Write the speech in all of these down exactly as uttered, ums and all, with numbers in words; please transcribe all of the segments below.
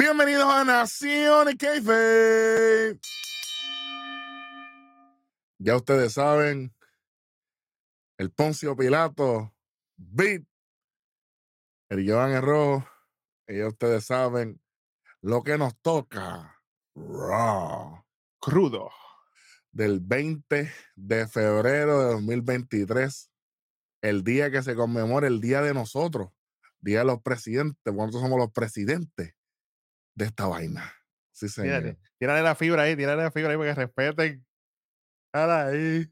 Bienvenidos a Nación Keife. Ya ustedes saben, el Poncio Pilato, Beat, el Giovanni en rojo, y ya ustedes saben lo que nos toca. Raw. Crudo. Del veinte de febrero de dos mil veintitrés, el día que se conmemora el día de nosotros, día de los presidentes, nosotros somos los presidentes de esta vaina. Sí, señor. Tírale, tírale la fibra ahí, tírale la fibra ahí para que respeten. Dale ahí.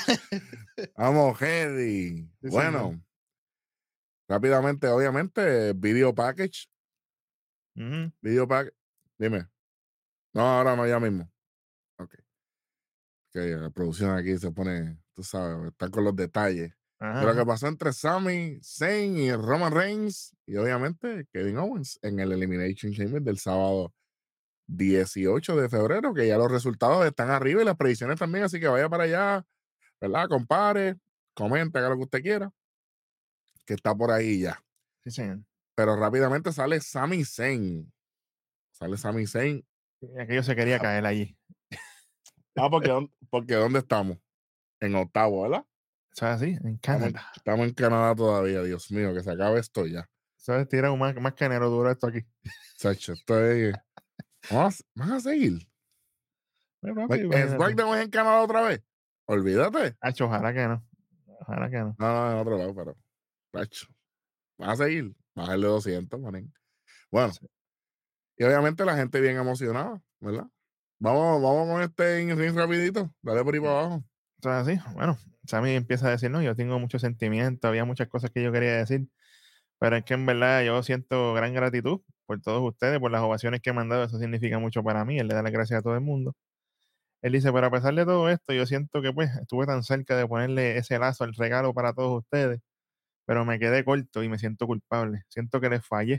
Vamos, Eddie. Sí, Bueno, señor. rápidamente, obviamente, video package. Ujú. Video package. Dime. No, ahora no, ya mismo. Ok. Que la producción aquí se pone, tú sabes, está con los detalles. Ajá, De lo que ajá. pasó entre Sami Zayn y Roman Reigns y obviamente Kevin Owens en el Elimination Chamber del sábado dieciocho de febrero, que ya los resultados están arriba y las predicciones también, así que vaya para allá, ¿verdad? Compare, comente, haga lo que usted quiera, que está por ahí ya. Sí, señor. Pero rápidamente sale Sami Zayn. Sale Sami Zayn. Y aquello se quería caer allí. Ah, porque, ¿dó- porque ¿dónde estamos? En octavo, ¿verdad? Eso es así, en Estamos en, Canadá. estamos en Canadá todavía, Dios mío, que se acabe esto ya. Eso es tirar más, más canero duro esto aquí. Sacho, esto es. Vamos a, vamos a seguir. Pues, papi, ¿Es imagínate. SmackDown en Canadá otra vez? Olvídate. Hacho, ojalá que no. Ojalá que no. No, no, en otro lado, pero. Sacho, vamos a seguir. Bajarle doscientos, manín. Bueno, Sí. y obviamente la gente bien emocionada, ¿verdad? Vamos, vamos con este in-ring rapidito. Dale por ahí para abajo. Eso es así. Bueno, Sammy empieza a decir, no, yo tengo muchos sentimientos, había muchas cosas que yo quería decir, pero es que en verdad yo siento gran gratitud por todos ustedes, por las ovaciones que me han dado, eso significa mucho para mí, él le da las gracias a todo el mundo. Él dice, pero a pesar de todo esto, yo siento que pues estuve tan cerca de ponerle ese lazo al regalo para todos ustedes, pero me quedé corto y me siento culpable. Siento que les fallé.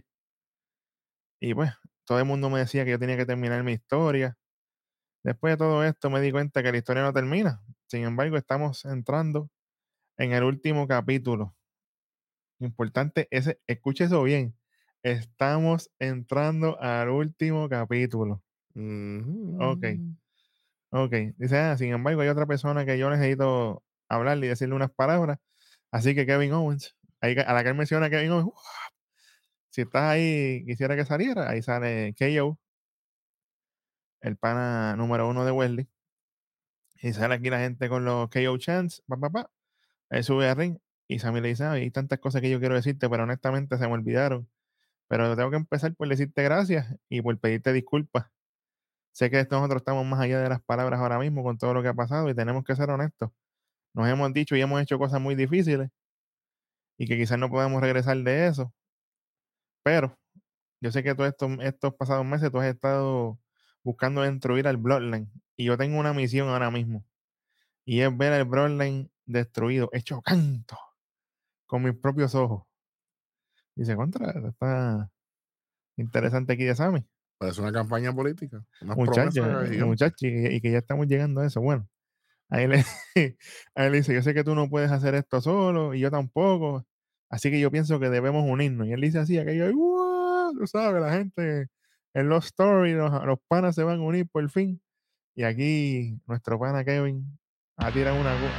Y pues todo el mundo me decía que yo tenía que terminar mi historia. Después de todo esto me di cuenta que la historia no termina. Sin embargo, estamos entrando en el último capítulo. Importante, ese, escuche eso bien. Estamos entrando al último capítulo. Ok. Mhm. Ok, dice, ah, sin embargo, hay otra persona que yo necesito hablarle y decirle unas palabras. Así que Kevin Owens, ahí, a la que él menciona a Kevin Owens, ¡uh! Si estás ahí, quisiera que saliera. Ahí sale K O, el pana número uno de Wesley. Y sale aquí la gente con los K O chants, pa, pa, pa. Él sube al ring y Sammy le dice, "Ah, hay tantas cosas que yo quiero decirte, pero honestamente se me olvidaron. Pero tengo que empezar por decirte gracias y por pedirte disculpas. Sé que nosotros estamos más allá de las palabras ahora mismo con todo lo que ha pasado y tenemos que ser honestos. Nos hemos dicho y hemos hecho cosas muy difíciles y que quizás no podemos regresar de eso, pero yo sé que todos estos, estos pasados meses tú has estado buscando destruir al Bloodline y yo tengo una misión ahora mismo y es ver al Bloodline destruido, hecho canto, con mis propios ojos. Y se contra, está interesante aquí de Sammy. Parece una campaña política. Unas Muchachos, promesas gigantes. muchachos, y, y que ya estamos llegando a eso. Bueno, ahí le, ahí le dice, yo sé que tú no puedes hacer esto solo y yo tampoco, así que yo pienso que debemos unirnos. Y él dice así, aquello, ¡wow! Tú sabes, la gente en los stories, los, los panas se van a unir por fin. Y aquí nuestro pana Kevin ha tirado una, cu-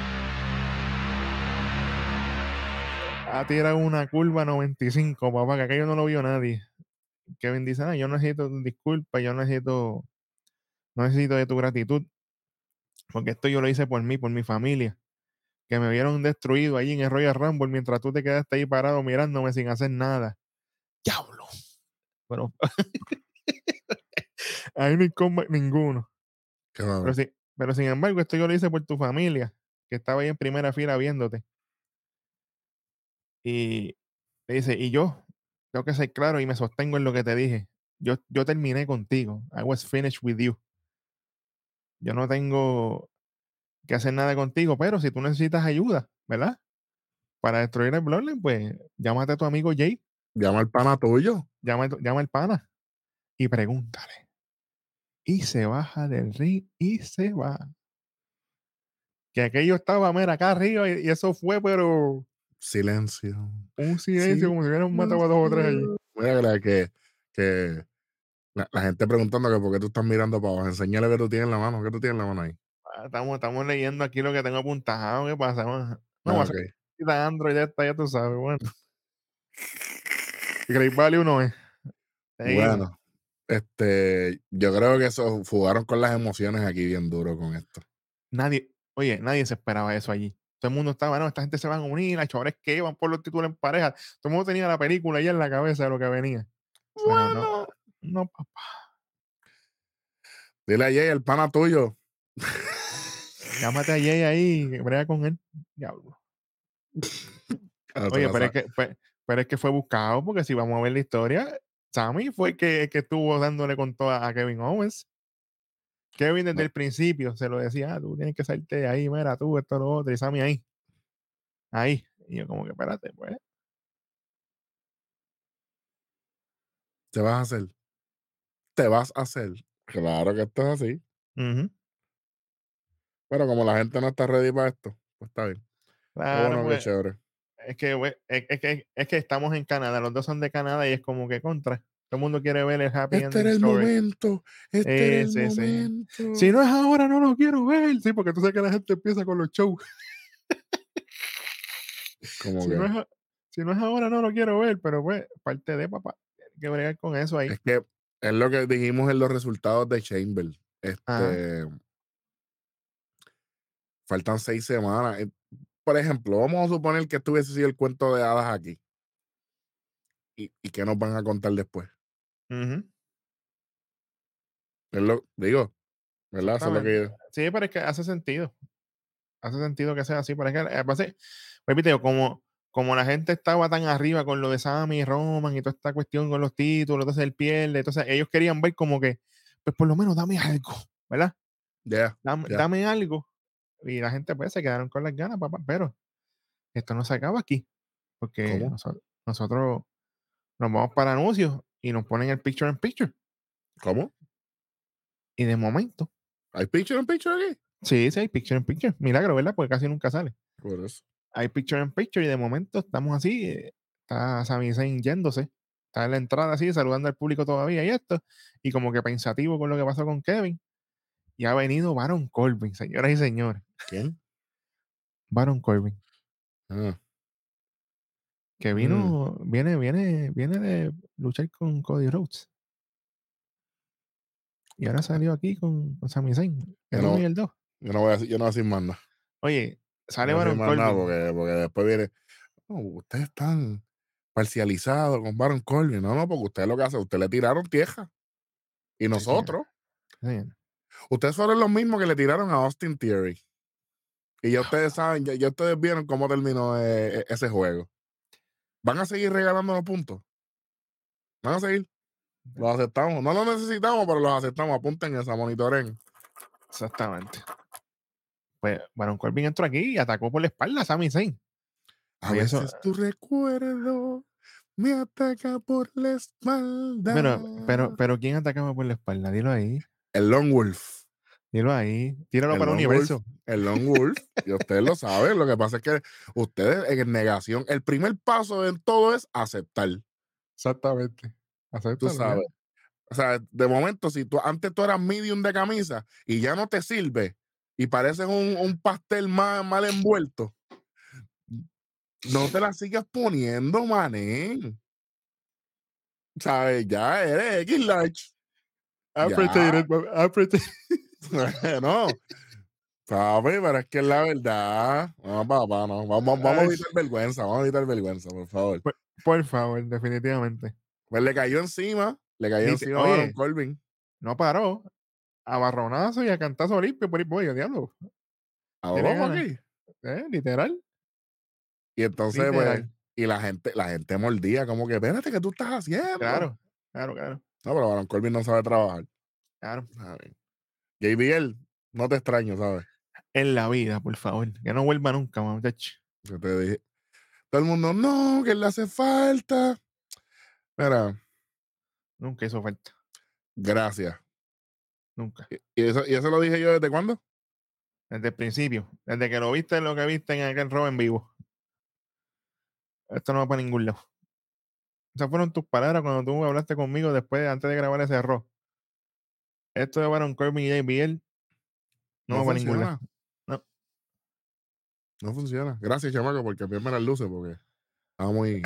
ha tirado una curva noventa y cinco, papá, que aquello no lo vio nadie. Kevin dice, ah, yo no necesito disculpas, yo no necesito, no necesito de tu gratitud, porque esto yo lo hice por mí, por mi familia, que me vieron destruido ahí en el Royal Rumble mientras tú te quedaste ahí parado mirándome sin hacer nada. ¡Diablo! Pero ahí no hay comeback ninguno. Qué Pero, bueno. sí, pero sin embargo, esto yo lo hice por tu familia, que estaba ahí en primera fila viéndote. Y le dice, y yo tengo que ser claro y me sostengo en lo que te dije. Yo, yo terminé contigo. I was finished with you. Yo no tengo que hacer nada contigo, pero si tú necesitas ayuda, ¿verdad? Para destruir el Bloodline, pues llámate a tu amigo Jay, Llama al pana tuyo. llama, llama al pana y pregúntale. Y se baja del ring y se va. Que aquello estaba, mira, acá arriba y, y eso fue, pero Silencio. un silencio Silencio. como si hubieran matado a dos o tres allí. Mira que, que La, la gente preguntando que por qué tú estás mirando para abajo. Enséñale que tú tienes en la mano. ¿Qué tú tienes en la mano ahí? Ah, estamos, estamos leyendo aquí lo que tengo apuntado. ¿Qué pasa? Vamos- No, Ah, va a ser ok. una Android esta, ya tú sabes. Bueno, y Great Value no es. Seguimos. Bueno, este, yo creo que eso jugaron con las emociones aquí bien duro con esto. Nadie, oye, nadie se esperaba eso allí. Todo el mundo estaba, no, esta gente se van a unir, a chavales que van por los títulos en pareja. Todo el mundo tenía la película ahí en la cabeza de lo que venía. Pero no, Bueno, no, papá. dile a Jay, el pana tuyo. Llámate a Jay ahí, que brega con él. Diablo. Ah, te Oye, la pero es sa- que, pe- pero es que fue buscado, porque si vamos a ver la historia, Sammy fue el que, que estuvo dándole con todo a Kevin Owens. Kevin desde no, el principio se lo decía, ah, tú tienes que salirte de ahí, mira, tú, esto, lo otro, y Sammy ahí, ahí. Y yo como que, espérate, pues. te vas a hacer. Te vas a hacer. Claro que esto es así. Ujú. Pero como la gente no está ready para esto, pues está bien. Qué Claro, bueno, qué pues, chévere. es que, güey, es, es que, es que estamos en Canadá, los dos son de Canadá y es como que contra. Todo el mundo quiere ver el happy Este ending era el story. momento. Este era el Ese, ese. Si momento. no es ahora, no lo quiero ver. Sí, porque tú sabes que la gente empieza con los shows. Como Si no que. es, a- si no es ahora, no lo quiero ver, pero pues, parte de papá. Hay que bregar con eso ahí. Es que es lo que dijimos en los resultados de Chamber. Ajá. Este. Faltan seis semanas. Eh, Por ejemplo, vamos a suponer que estuviese sido el cuento de hadas aquí. ¿Y, y qué nos van a contar después? Ujú. Es lo, digo, ¿verdad? Eso es lo Exactamente. que. Sí, pero es que hace sentido. Hace sentido que sea así. Pero es que, eh, pasa- repite yo, como, como la gente estaba tan arriba con lo de Sammy y Roman y toda esta cuestión con los títulos, entonces él pierde. Entonces ellos querían ver como que, pues por lo menos dame algo, ¿verdad? Ya, Dame, ya. dame algo. Y la gente pues se quedaron con las ganas, papá. Pero esto no se acaba aquí. Porque ¿Cómo? nosotros, nosotros nos vamos para anuncios y nos ponen el picture in picture. ¿Cómo? Y de momento, ¿Hay picture en picture aquí? sí, sí hay picture in picture. Milagro, ¿verdad? Porque casi nunca sale. Por eso. Hay picture in picture y de momento estamos así. eh, Está Sami Zayn yéndose. Está en la entrada así, saludando al público todavía y esto. Y como que pensativo con lo que pasó con Kevin. Y ha venido Baron Corbin, señoras y señores. ¿Quién? Baron Corbin. Ah, Que mm, vino, viene, viene, viene de luchar con Cody Rhodes. Y ahora salió aquí con, con Sami Zayn. yo El uno no, y el dos. yo no voy a, decir- yo no voy a decir más nada. Oye, No sale voy a decir Baron más nada Corbin. porque, porque después viene. No, ustedes están parcializados con Baron Corbin. No, no, porque ustedes lo que hacen, ustedes le tiraron tierra. Y Sí, señor. nosotros, Sí, señor. ustedes fueron los mismos que le tiraron a Austin Theory. Y ya ustedes saben, ya, ya ustedes vieron cómo terminó eh, e- ese juego. ¿Van a seguir regalando los puntos? ¿Van a seguir? Los aceptamos. No los necesitamos, pero los aceptamos. Apunten esa, monitoren. Exactamente. Pues Baron Corbin entró aquí y atacó por la espalda a Sami Zayn. A Oye, eso, veces tu recuerdo me ataca por la pero, pero, espalda. pero ¿quién atacaba por la espalda? Dilo ahí, El Lone Wolf. dilo ahí, tíralo El para el Lone Wolf. universo. El Lone Wolf. Y ustedes lo saben. Lo que pasa es que ustedes en negación, el primer paso en todo es aceptar. Exactamente. Tú Acéptalo ya. sabes. O sea, de momento, si tú antes tú eras medium de camisa y ya no te sirve y pareces un, un pastel más mal envuelto, no te la sigas poniendo, manín. ¿Sabes? Ya eres X large. Ya. Appreciate it, baby, appreciate it. No, papi, pero es que es la verdad. No, papá, no. Vamos, vamos a Ay, evitar vergüenza, vamos a evitar vergüenza, por favor. por, por favor, definitivamente. Pues le cayó encima, le cayó Lite- encima a Baron Oye, Corbin. no paró. A barronazo y a cantazo limpio por ahí, pollo, diablo. A lo Tiene loco ganas. aquí. ¿Eh? Literal. Y entonces, pues, Literal. y la gente, la gente mordía, como que, espérate, ¿qué tú estás haciendo? Claro, claro, claro. No, pero Baron Corbin no sabe trabajar. Claro. ¿Sabes? J B L, no te extraño, ¿sabes? En la vida, por favor. Que no vuelva nunca, muchacho. Yo te dije. Todo el mundo, no, que le hace falta. Mira, Nunca hizo falta. gracias. Nunca. Y, y eso, y eso lo dije yo desde cuándo? Desde el principio. Desde que lo viste, lo que viste en aquel robo en vivo. Esto no va para ningún lado. esas fueron tus palabras cuando tú hablaste conmigo después, antes de grabar ese error. Esto de Baron Corbin y J B L no No va para ningún lado. funciona. No. No funciona. Gracias, chamaco, porque envíame las luces, porque estaba muy.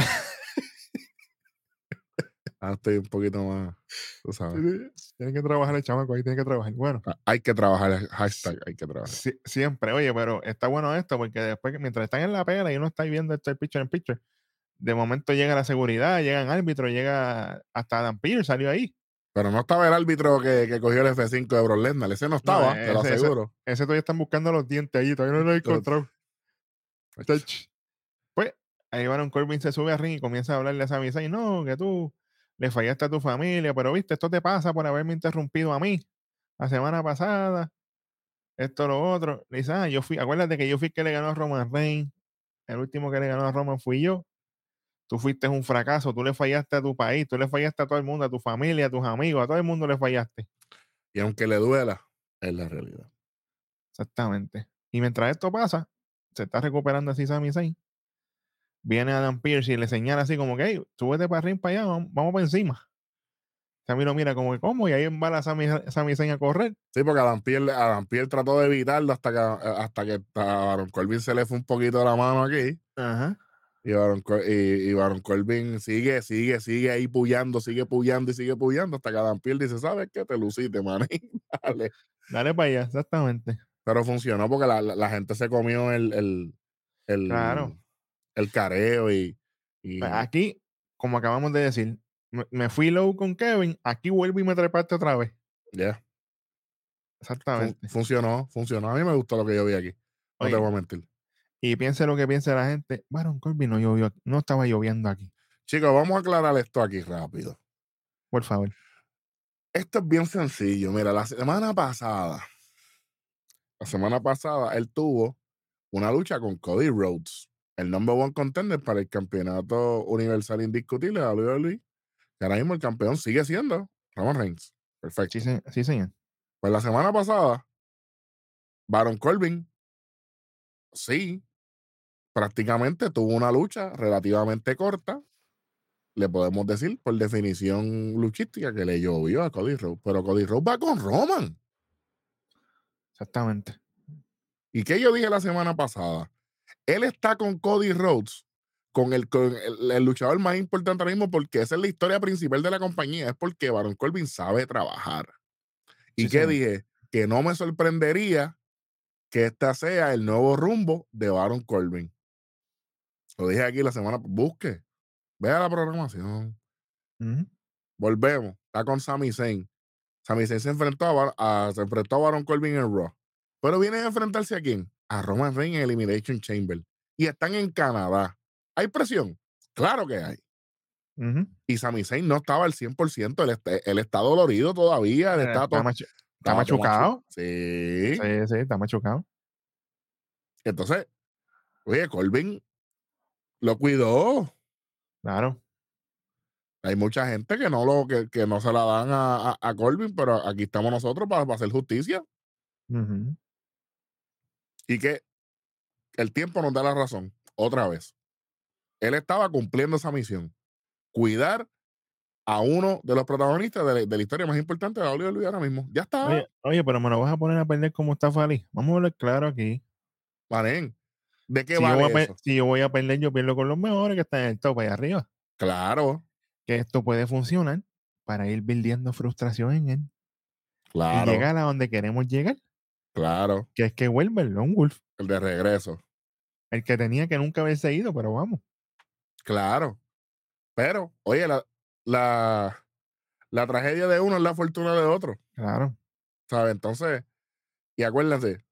Ahora estoy un poquito más. Tú sabes. Tiene que trabajar el chamaco ahí, tiene que trabajar. Bueno, Ah, Hay que trabajar. si- Hashtag, hay que trabajar. si- siempre, oye, pero está bueno esto porque después, que mientras están en la pela y uno está ahí viendo este picture in picture, de momento llega la seguridad, llegan árbitros, llega hasta Adam Pearce salió ahí. Pero no estaba el árbitro que, que cogió el F cinco de Brock Lesnar. Ese no No, estaba, te lo ese, ese, aseguro. ese todavía están buscando los dientes ahí, todavía no lo he Pero, encontrado. ach, Tach. Pues ahí Baron Corbin se sube a ring y comienza a hablarle a Sami Zayn, no, que tú le fallaste a tu familia, pero viste, esto te pasa por haberme interrumpido a mí la semana pasada, esto, lo otro. Le dice, ah, yo fui, acuérdate que yo fui el que le ganó a Roman Reigns, el último que le ganó a Roman fui yo. Tú fuiste un fracaso, tú le fallaste a tu país, tú le fallaste a todo el mundo, a tu familia, a tus amigos, a todo el mundo le fallaste. y aunque le duela, es la realidad. Exactamente. Y mientras esto pasa, se está recuperando así Sami Zayn. Viene Adam Pearce y le señala así como que, hey, súbete para arriba, para allá, vamos, vamos para encima. Sammy lo mira como que, ¿cómo? Y ahí va la Sami, Sami Zayn a correr. Sí, porque Adam Pierre, Adam Pierre trató de evitarlo hasta que, hasta que a Baron Corbin se le fue un poquito de la mano aquí. Ajá. Y Baron, Cor- y, y Baron Corbin sigue, sigue, sigue ahí puyando, sigue puyando y sigue puyando hasta que Adam Pierre dice, ¿sabes qué? Te luciste, man. Dale. Dale para allá, exactamente. Pero funcionó porque la, la- la gente se comió el, el, Claro. el, el careo y, Pues y aquí, como acabamos de decir, me, me fui low con Kevin, aquí vuelvo y me trepaste otra vez. ya, fun- Exactamente. funcionó, funcionó. A mí me gustó lo que yo vi aquí. No te Oye, voy a mentir. y piense lo que piense la gente, Baron Corbin no llovió, no estaba lloviendo aquí, Chicos, vamos a aclarar esto aquí rápido. por favor. Esto es bien sencillo. Mira, la semana pasada, la semana pasada, él tuvo una lucha con Cody Rhodes, el number one contender para el campeonato universal indiscutible de W W E. Que ahora mismo el campeón sigue siendo Roman Reigns. Sí, Perfecto. se- sí, señor. Pues la semana pasada, Baron Corbin, sí, prácticamente tuvo una lucha relativamente corta. Le podemos decir, por definición luchística, que le llovió a Cody Rhodes. Pero Cody Rhodes va con Roman. Exactamente. ¿Y qué yo dije la semana pasada? Él está con Cody Rhodes, con el, con el, el luchador más importante ahora mismo, porque esa es la historia principal de la compañía, es porque Baron Corbin sabe trabajar. ¿Y Sí, qué señor. dije? Que no me sorprendería que esta sea el nuevo rumbo de Baron Corbin. Lo dije aquí la semana, busque, vea la programación. Ujú. Volvemos, está con Sami Zayn. Sami Zayn se enfrentó a, Bar- a- se enfrentó a Baron Corbin en Raw. Pero viene a enfrentarse a quién? A Roman Reigns en Elimination Chamber. Y están en Canadá. ¿Hay presión? Claro que hay. Ujú. Y Sami Zayn no estaba al cien por ciento. Él, está- él está dolorido todavía. Él Eh, está, Está, to- machu- está estaba todo machu- machucado. Sí. Sí, sí, está machucado. Entonces, oye, Corbin lo cuidó. Claro. Hay mucha gente que no, lo, que, que no se la dan a, a, a Corbin, pero aquí estamos nosotros para, para hacer justicia. Ujú. Y que el tiempo nos da la razón. Otra vez. Él estaba cumpliendo esa misión. Cuidar a uno de los protagonistas de, la de la historia más importante de la W W E ahora mismo. Ya está, Oye, oye, pero me lo vas a poner a perder como está Fali. Vamos a hablar claro aquí. Manen. ¿De qué Si yo, voy a, vale pe- eso? si yo voy a perder, yo pierdo con los mejores que están en el top ahí arriba. Claro, Que esto puede funcionar para ir buildando frustración en él y claro, llegar a donde queremos llegar, claro. que es que vuelva el Lone Wolf, El de regreso. el que tenía que nunca haberse ido, pero vamos. Claro. Pero, oye, la, la, la tragedia de uno es la fortuna de otro. Claro. ¿Sabes? Entonces, y acuérdense,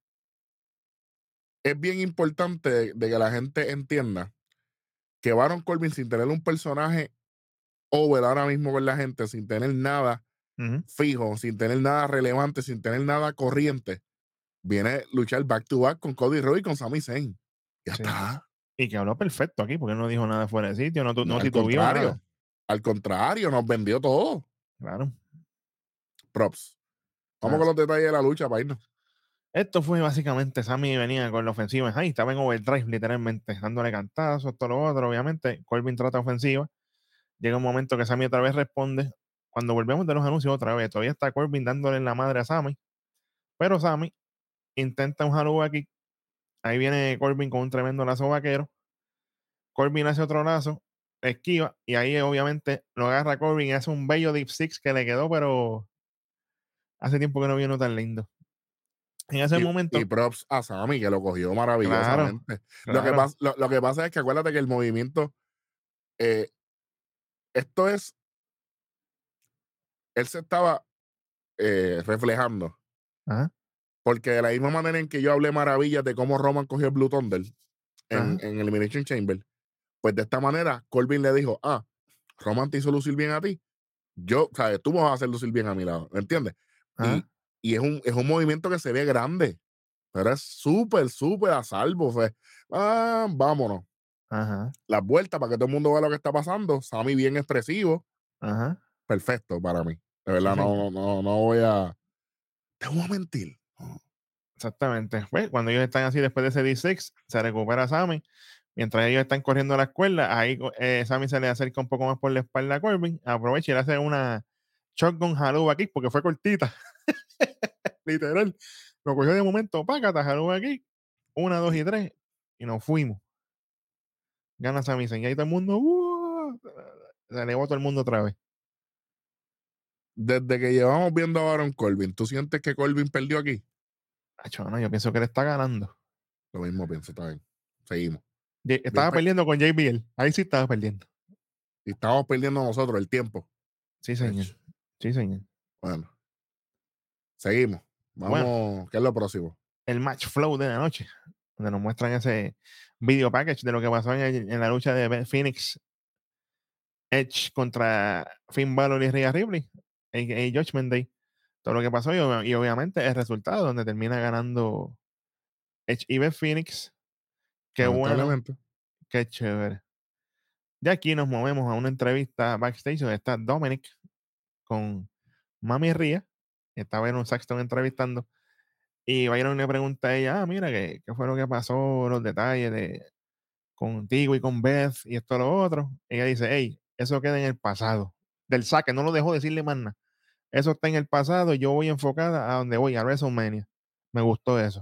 es bien importante de, de que la gente entienda que Baron Corbin, sin tener un personaje over ahora mismo con la gente, sin tener nada Ujú. fijo, sin tener nada relevante, sin tener nada corriente, viene a luchar back to back con Cody Rhodes y con Sami Zayn. Ya Sí, sí. está. Y que habló perfecto aquí, porque no dijo nada fuera de sitio, no, tu- No, no al titubeó nada. contrario, al contrario, nos vendió todo. Claro. Props. Vamos Ah, con sí. los detalles de la lucha para irnos. Esto fue básicamente, Sammy venía con la ofensiva, ahí estaba en overdrive literalmente, dándole cantazos, todo lo otro, obviamente. Corbin trata ofensiva. Llega un momento que Sami otra vez responde. Cuando volvemos de los anuncios otra vez, todavía está Corbin dándole en la madre a Sami, pero Sami intenta un Haluva Kick. Ahí viene Corbin con un tremendo lazo vaquero. Corbin hace otro lazo, esquiva, y ahí obviamente lo agarra Corbin y hace un bello Deep Six que le quedó, pero hace tiempo que no viene tan lindo. En ese Y, y momento, props a Sammy, que lo cogió claro, maravillosamente. Lo que, claro, pasa, lo, lo que pasa es que acuérdate que el movimiento, eh, esto es, él se estaba eh, reflejando. ajá, Porque de la misma manera en que yo hablé maravillas de cómo Roman cogió el Blue Thunder en, ajá, en Elimination Chamber, pues de esta manera Corbin le dijo, ah, Roman te hizo lucir bien a ti, yo, sabes, tú me vas a hacer lucir bien a mi lado, ¿me entiendes? Y, ajá, y es, un, es un movimiento que se ve grande, pero es súper, súper a salvo. Fue, ah, vámonos. ajá, Las vueltas para que todo el mundo vea lo que está pasando. Sammy bien expresivo. ajá. Perfecto para mí. De Sí, verdad, no, señor. no, no, no voy a. Te voy a mentir. No. Exactamente. Pues, cuando ellos están así después de ese D seis, se recupera Sammy. Mientras ellos están corriendo a la escuela, ahí eh, Sammy se le acerca un poco más por la espalda a Corbin. Aprovecha y le hace una shotgun haluva kick porque fue cortita. Literal. Lo cogió de momento, págata, haluva kick. Una, dos y tres. Y nos fuimos. Gana Sammy Zayn. Y ahí todo el mundo. ¡uh! Se elevó todo el mundo otra vez. Desde que llevamos viendo a Baron Corbin, ¿tú sientes que Corbin perdió aquí? Acho, no, yo pienso que él está ganando. Lo mismo pienso, está bien. Seguimos. Ye- Bien, Estaba pe- perdiendo con J B L. Ahí sí estaba perdiendo. y estamos perdiendo nosotros el tiempo. Sí, señor. Ech, Sí, señor. bueno, seguimos. Bueno, Vamos, ¿qué es lo próximo? el match flow de la noche, donde nos muestran ese video package de lo que pasó en, el- en la lucha de Beth Phoenix Edge contra Finn Balor y Rhea Ripley, a k a. Judgment Day. Todo lo que pasó y, ob- y obviamente el resultado, donde termina ganando Edge y Beth Phoenix. Qué bueno, Lamentablemente. qué chévere. De aquí nos movemos a una entrevista backstage donde está Dominic con Mami Rhea. Estaba en un Saxton entrevistando. Y Byron le pregunta a ella, ah, mira, ¿qué, qué fue lo que pasó? Los detalles de contigo y con Beth y esto lo otro. Ella dice, hey, eso queda en el pasado. Del saque, no lo dejó decirle más nada. Eso está en el pasado y yo voy enfocada a donde voy, a WrestleMania. Me gustó eso.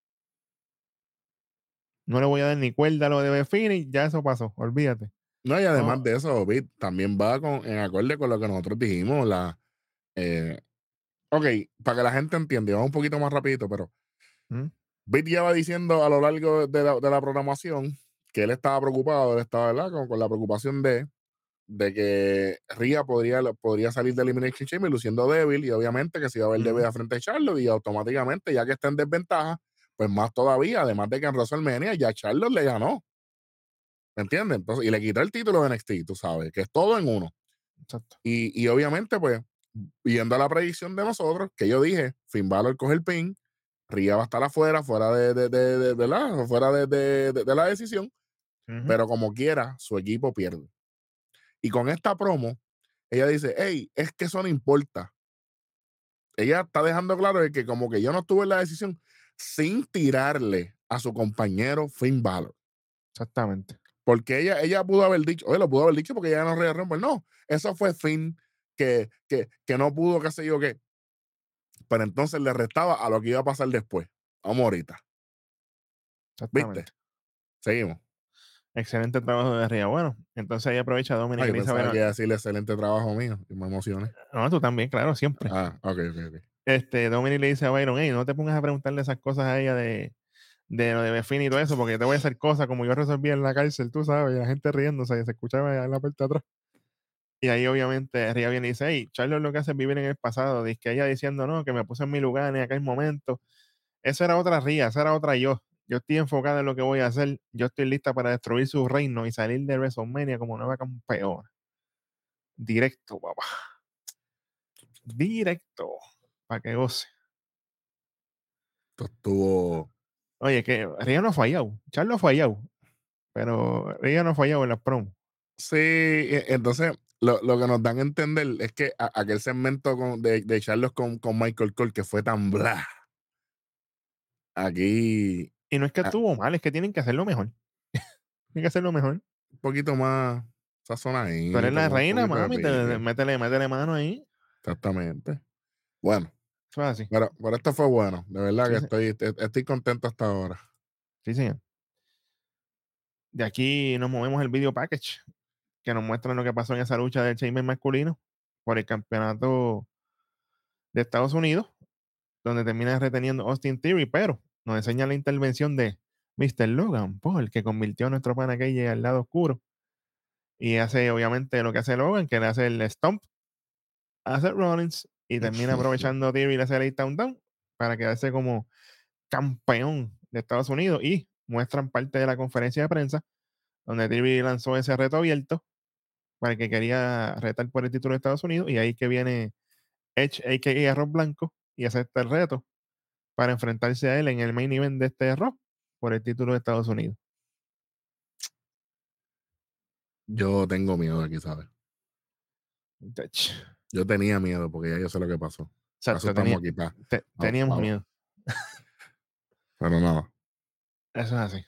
No le voy a dar ni cuerda a lo de Beth Phoenix, ya eso pasó, olvídate. No, y No, además de eso, Bit, también va con, en acorde con lo que nosotros dijimos. La, eh, ok, para que la gente entienda, y vamos un poquito más rapidito, pero ¿mm? Bit lleva diciendo a lo largo de la, de la programación que él estaba preocupado, él estaba, ¿verdad? Con, con la preocupación de, de que Rhea podría, podría salir de Elimination Chamber luciendo débil y obviamente que se iba a ver débil Ujú. a frente a Charlotte y automáticamente, ya que está en desventaja, pues más todavía, además de que en WrestleMania ya Charlotte le ganó, ¿me entiendes? Entonces, y le quitó el título de N X T, tú sabes, que es todo en uno. Exacto. Y, y obviamente, pues, viendo la predicción de nosotros, que yo dije, Finn Balor coge el pin, Rhea va a estar afuera, fuera de, de, de, de, de la, fuera de, de, de, de la decisión, Ujú. pero como quiera, su equipo pierde. Y con esta promo, ella dice, hey, es que eso no importa. Ella está dejando claro de que como que yo no estuve en la decisión sin tirarle a su compañero Finn Balor. Exactamente. Porque ella, ella pudo haber dicho, oye, lo pudo haber dicho porque ella no Royal Rumble. No, eso fue Finn que, que, que no pudo, qué sé yo qué. Pero entonces le restaba a lo que iba a pasar después. Vamos ahorita. ¿Viste? Exactamente. Seguimos. Excelente trabajo de Ría. Bueno, entonces ahí aprovecha Dominic Ay, y yo pensaba que Elizabeth. iba a decirle excelente trabajo mío y me emocioné. No, tú también, claro, siempre. Ah, ok, ok, ok. Este, Dominic le dice a Byron, hey, no te pongas a preguntarle esas cosas a ella de, de lo de Befin y todo eso, porque yo te voy a hacer cosas como yo resolví en la cárcel, tú sabes, y la gente riéndose, y se escuchaba allá en la parte de atrás. Y ahí obviamente Ria viene y dice, hey, Charlos lo que hace es vivir en el pasado, dice que ella diciendo, no, que me puse en mi lugar en aquel momento. Esa era otra Ria, esa era otra yo. Yo estoy enfocada en lo que voy a hacer, yo estoy lista para destruir su reino y salir de WrestleMania como nueva campeona. Directo, papá. Directo. Para que goce. Esto estuvo. Oye, que Ria no ha fallado. Charlo ha fallado. Pero ella no ha fallado en las promos. Sí, e- entonces lo, lo que nos dan a entender es que a- aquel segmento con- de, de Charlos con, con Michael Cole que fue tan bla. Aquí Y no es que ah, estuvo mal, es que tienen que hacerlo mejor. Tienen que hacerlo mejor. un poquito más. Esa Tú eres sonadita la con un reina, poquito de mami. Te, pique. métele, métele mano ahí. Exactamente. Bueno, Eso es así. pero, pero esto fue bueno. De verdad que Sí, se- estoy, e- estoy contento hasta ahora. sí, señor. De aquí nos movemos el video package que nos muestra lo que pasó en esa lucha del Chamber masculino por el campeonato de Estados Unidos, donde termina reteniendo Austin Theory, pero nos enseña la intervención de mister Logan Paul, que convirtió a nuestro pana K J al lado oscuro. Y hace, obviamente, lo que hace Logan, que le hace el stomp a Seth Rollins y termina aprovechando Theory y le hace el down down para quedarse como campeón de Estados Unidos. Y muestran parte de la conferencia de prensa donde Theory lanzó ese reto abierto para el que quería retar por el título de Estados Unidos. Y ahí que viene Edge, a k a. Arroz Blanco, y acepta el reto para enfrentarse a él en el main event de este Raw por el título de Estados Unidos. Yo tengo miedo aquí, ¿sabes? Yo tenía miedo porque ya yo sé lo que pasó. Para eso Exacto, estamos tenía, aquí, para. te, teníamos miedo. Pero nada, Eso es así.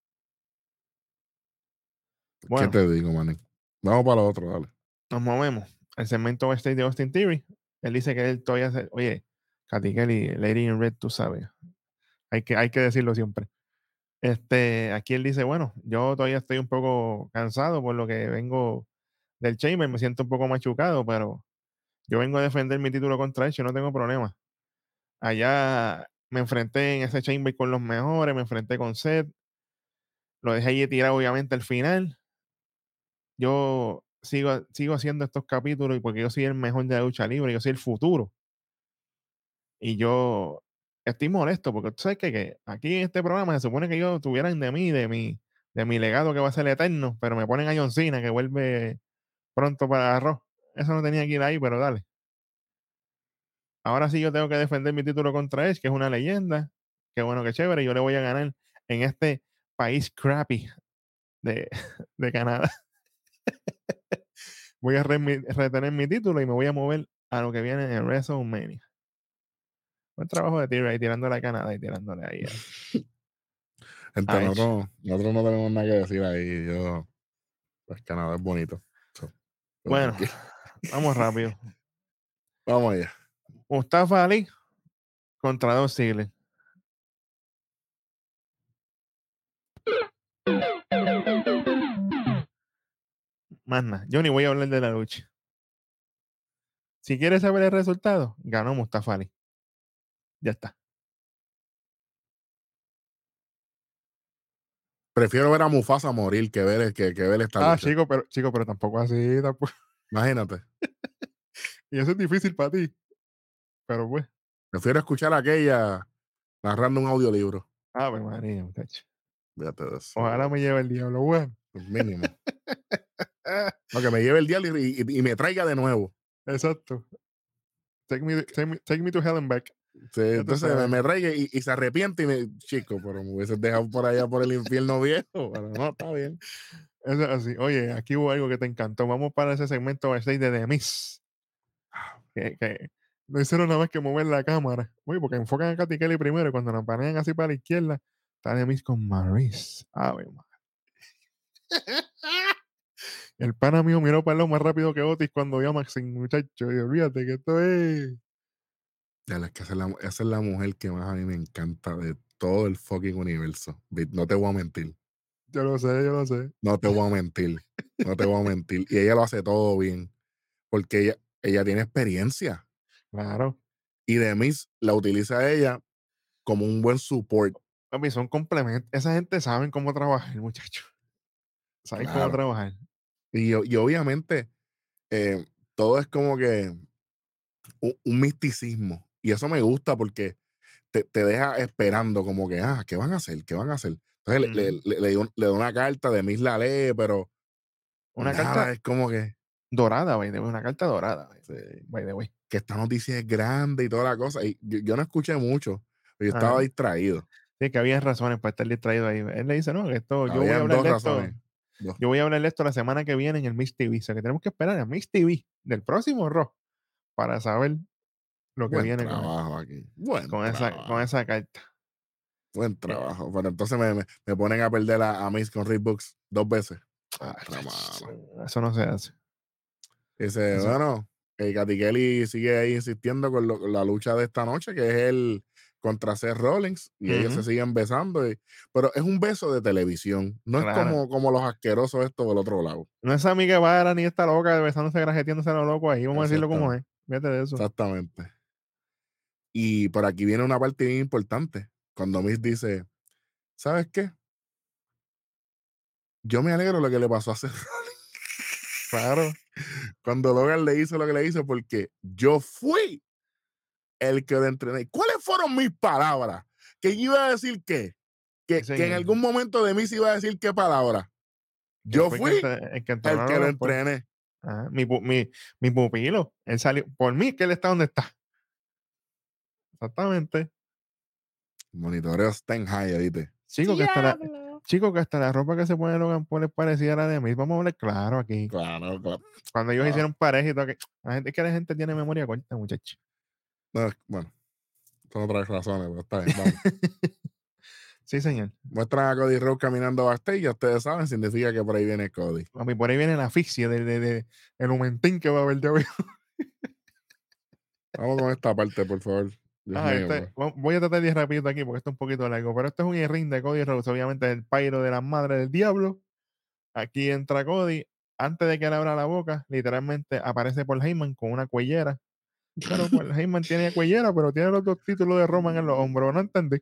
¿qué Bueno, te digo, manín? Vamos para lo otro, dale. nos movemos. El segmento backstage de Austin Theory. Él dice que él todavía se, oye, Katy Kelly, Lady in Red, tú sabes. Hay que, hay que decirlo siempre. Este, aquí él dice, bueno, yo todavía estoy un poco cansado por lo que vengo del Chamber, me siento un poco machucado, pero yo vengo a defender mi título contra él, yo no tengo problema. Allá me enfrenté en ese Chamber con los mejores, me enfrenté con Seth, lo dejé ahí tirado obviamente al final. Yo sigo, sigo haciendo estos capítulos y porque yo soy el mejor de la lucha libre, yo soy el futuro. Y yo estoy molesto porque tú sabes que, que aquí en este programa se supone que ellos tuvieran de mí, de mi, de mi legado que va a ser eterno, pero me ponen a John Cena que vuelve pronto para Raw. Eso no tenía que ir ahí, pero dale. Ahora sí yo tengo que defender mi título contra Edge, que es una leyenda. Qué bueno, qué chévere. Yo le voy a ganar en este país crappy de, de Canadá. Voy a re- mi- retener mi título y me voy a mover a lo que viene en WrestleMania. Buen trabajo de tiro ahí, tirándole a Canadá y tirándole ahí a, Gente, a Edge. nosotros, nosotros no tenemos nada que decir ahí. Yo, pues Canadá es bonito. So, todo Bueno, tranquilo. vamos rápido. Vamos allá. Mustafa Ali contra Dolph Ziggler. Más nada. Yo ni voy a hablar de la lucha. Si quieres saber el resultado, ganó Mustafa Ali. Ya está. Prefiero ver a Mufasa morir que ver, que, que ver esta Ah, lucha. chico, pero, chico, pero tampoco así. Tampoco. Imagínate. Y eso es difícil para ti. Pero pues. Prefiero escuchar a aquella narrando un audiolibro. Ave María, muchacho. Fíjate de eso. Ojalá me lleve el diablo. Bueno. Mínimo. No, que me lleve el diablo y, y, y me traiga de nuevo. Exacto. Take me, take me, take me to hell and back. Sí, Ya tú entonces me, sabes. me traiga y, y se arrepiente y me, chico, pero me hubieses dejado por allá por el infierno viejo. Pero no, está bien. Eso es así. Oye, aquí hubo algo que te encantó. Vamos para ese segmento backstage de The Miz. Que, que no hicieron nada más que mover la cámara. Uy, porque enfocan a Katy Kelly primero y cuando la panean así para la izquierda, está The Miz con Maryse. Ave María. El pana mío miró para el lado más rápido que Otis cuando vio a Maxine, muchacho. Y olvídate que esto es. Ya, es que esa es, la, esa es la mujer que más a mí me encanta de todo el fucking universo. Vic, no te voy a mentir. Yo lo sé, yo lo sé. No te voy a mentir. No te voy a mentir. Y ella lo hace todo bien. Porque ella, ella tiene experiencia. Claro. Y Demis la utiliza a ella como un buen support. Papi, son complementos. Esa gente saben cómo trabajar, muchacho. Saben cómo Claro. trabajar. Y, y obviamente eh, todo es como que un, un misticismo. Y eso me gusta porque te, te deja esperando como que, ah, ¿qué van a hacer? ¿Qué van a hacer? Entonces le, Ujú. le, le, le dio, le dio una carta, de Miss la lee, pero Una carta nada, es como que, dorada, by the way. Una carta dorada, sí, by the way. que esta noticia es grande y toda la cosa. Y yo, yo no escuché mucho, pero yo estaba Ajá. distraído. Sí, que había razones para estar distraído ahí. Él le dice, no, que esto, yo voy a Habían hablar dos de esto. razones. Dos. Yo voy a hablar de esto la semana que viene en el Mix T V. O sea, que tenemos que esperar a Mix T V del próximo Raw para saber lo que Buen viene con, trabajo aquí. Buen con, esa, con trabajo. esa carta. Buen Eh, trabajo. Pero entonces me, me, me ponen a perder a, a Miss con Rick Books dos veces. Contra, mano. Eso no se hace. Dice, Eso. bueno, eh, Katy Kelly sigue ahí insistiendo con, lo- con la lucha de esta noche, que es el contra Seth Rollins, y ellos se Ujú, siguen besando, y- pero es un beso de televisión, no es claro. como, como los asquerosos estos del otro lado. No es Sammy Guevara ni esta loca besándose, grajeteándose a lo loco ahí. Vamos a decirlo como Exactamente, es. Fíjate de eso. exactamente. Y por aquí viene una parte bien importante, cuando Miss dice, ¿sabes qué? Yo me alegro de lo que le pasó a Seth Rollins Claro. cuando Logan le hizo lo que le hizo, porque yo fui el que lo entrené. ¿Cuáles fueron mis palabras? Que yo iba a decir qué? Sí, Que, que en señor. algún momento de mí se iba a decir qué palabra. Que Yo fue el que, fui entre- el que entrenó el a que lo Logan Paul. entrené. Ajá, Mi, pu- mi, mi pupilo. Él salió. Por mí, que él está donde está. Exactamente. Monitoreo está en high, ¿viste? Chico, que hasta la, Diablo. chico, que hasta la ropa que se pone Logan Paul es parecida a la de mí. Vamos a hablar claro aquí. Claro, claro. Cuando ellos Ah, hicieron pareja y todo, que la gente, es que la gente tiene memoria corta, muchacho. no, bueno, son otras razones, pero está bien, vamos. Sí, señor. Muestran a Cody Rhodes caminando backstage, ya ustedes saben, significa que por ahí viene Cody. A mí por ahí viene la asfixia de, de, de- el humentín que va a haber de hoy. Vamos con esta parte, por favor. Dios Ah, mío, este, pues. vo- voy a tratar de ir rapidito aquí porque esto es un poquito largo, pero este es un ring de Cody Rhodes, obviamente el pairo de la madre del diablo. Aquí entra Cody, antes de que él abra la boca, literalmente aparece Paul Heyman con una cuellera. Pero Paul Heyman tiene cuellera, pero tiene los dos títulos de Roman en los hombros, ¿no entendí?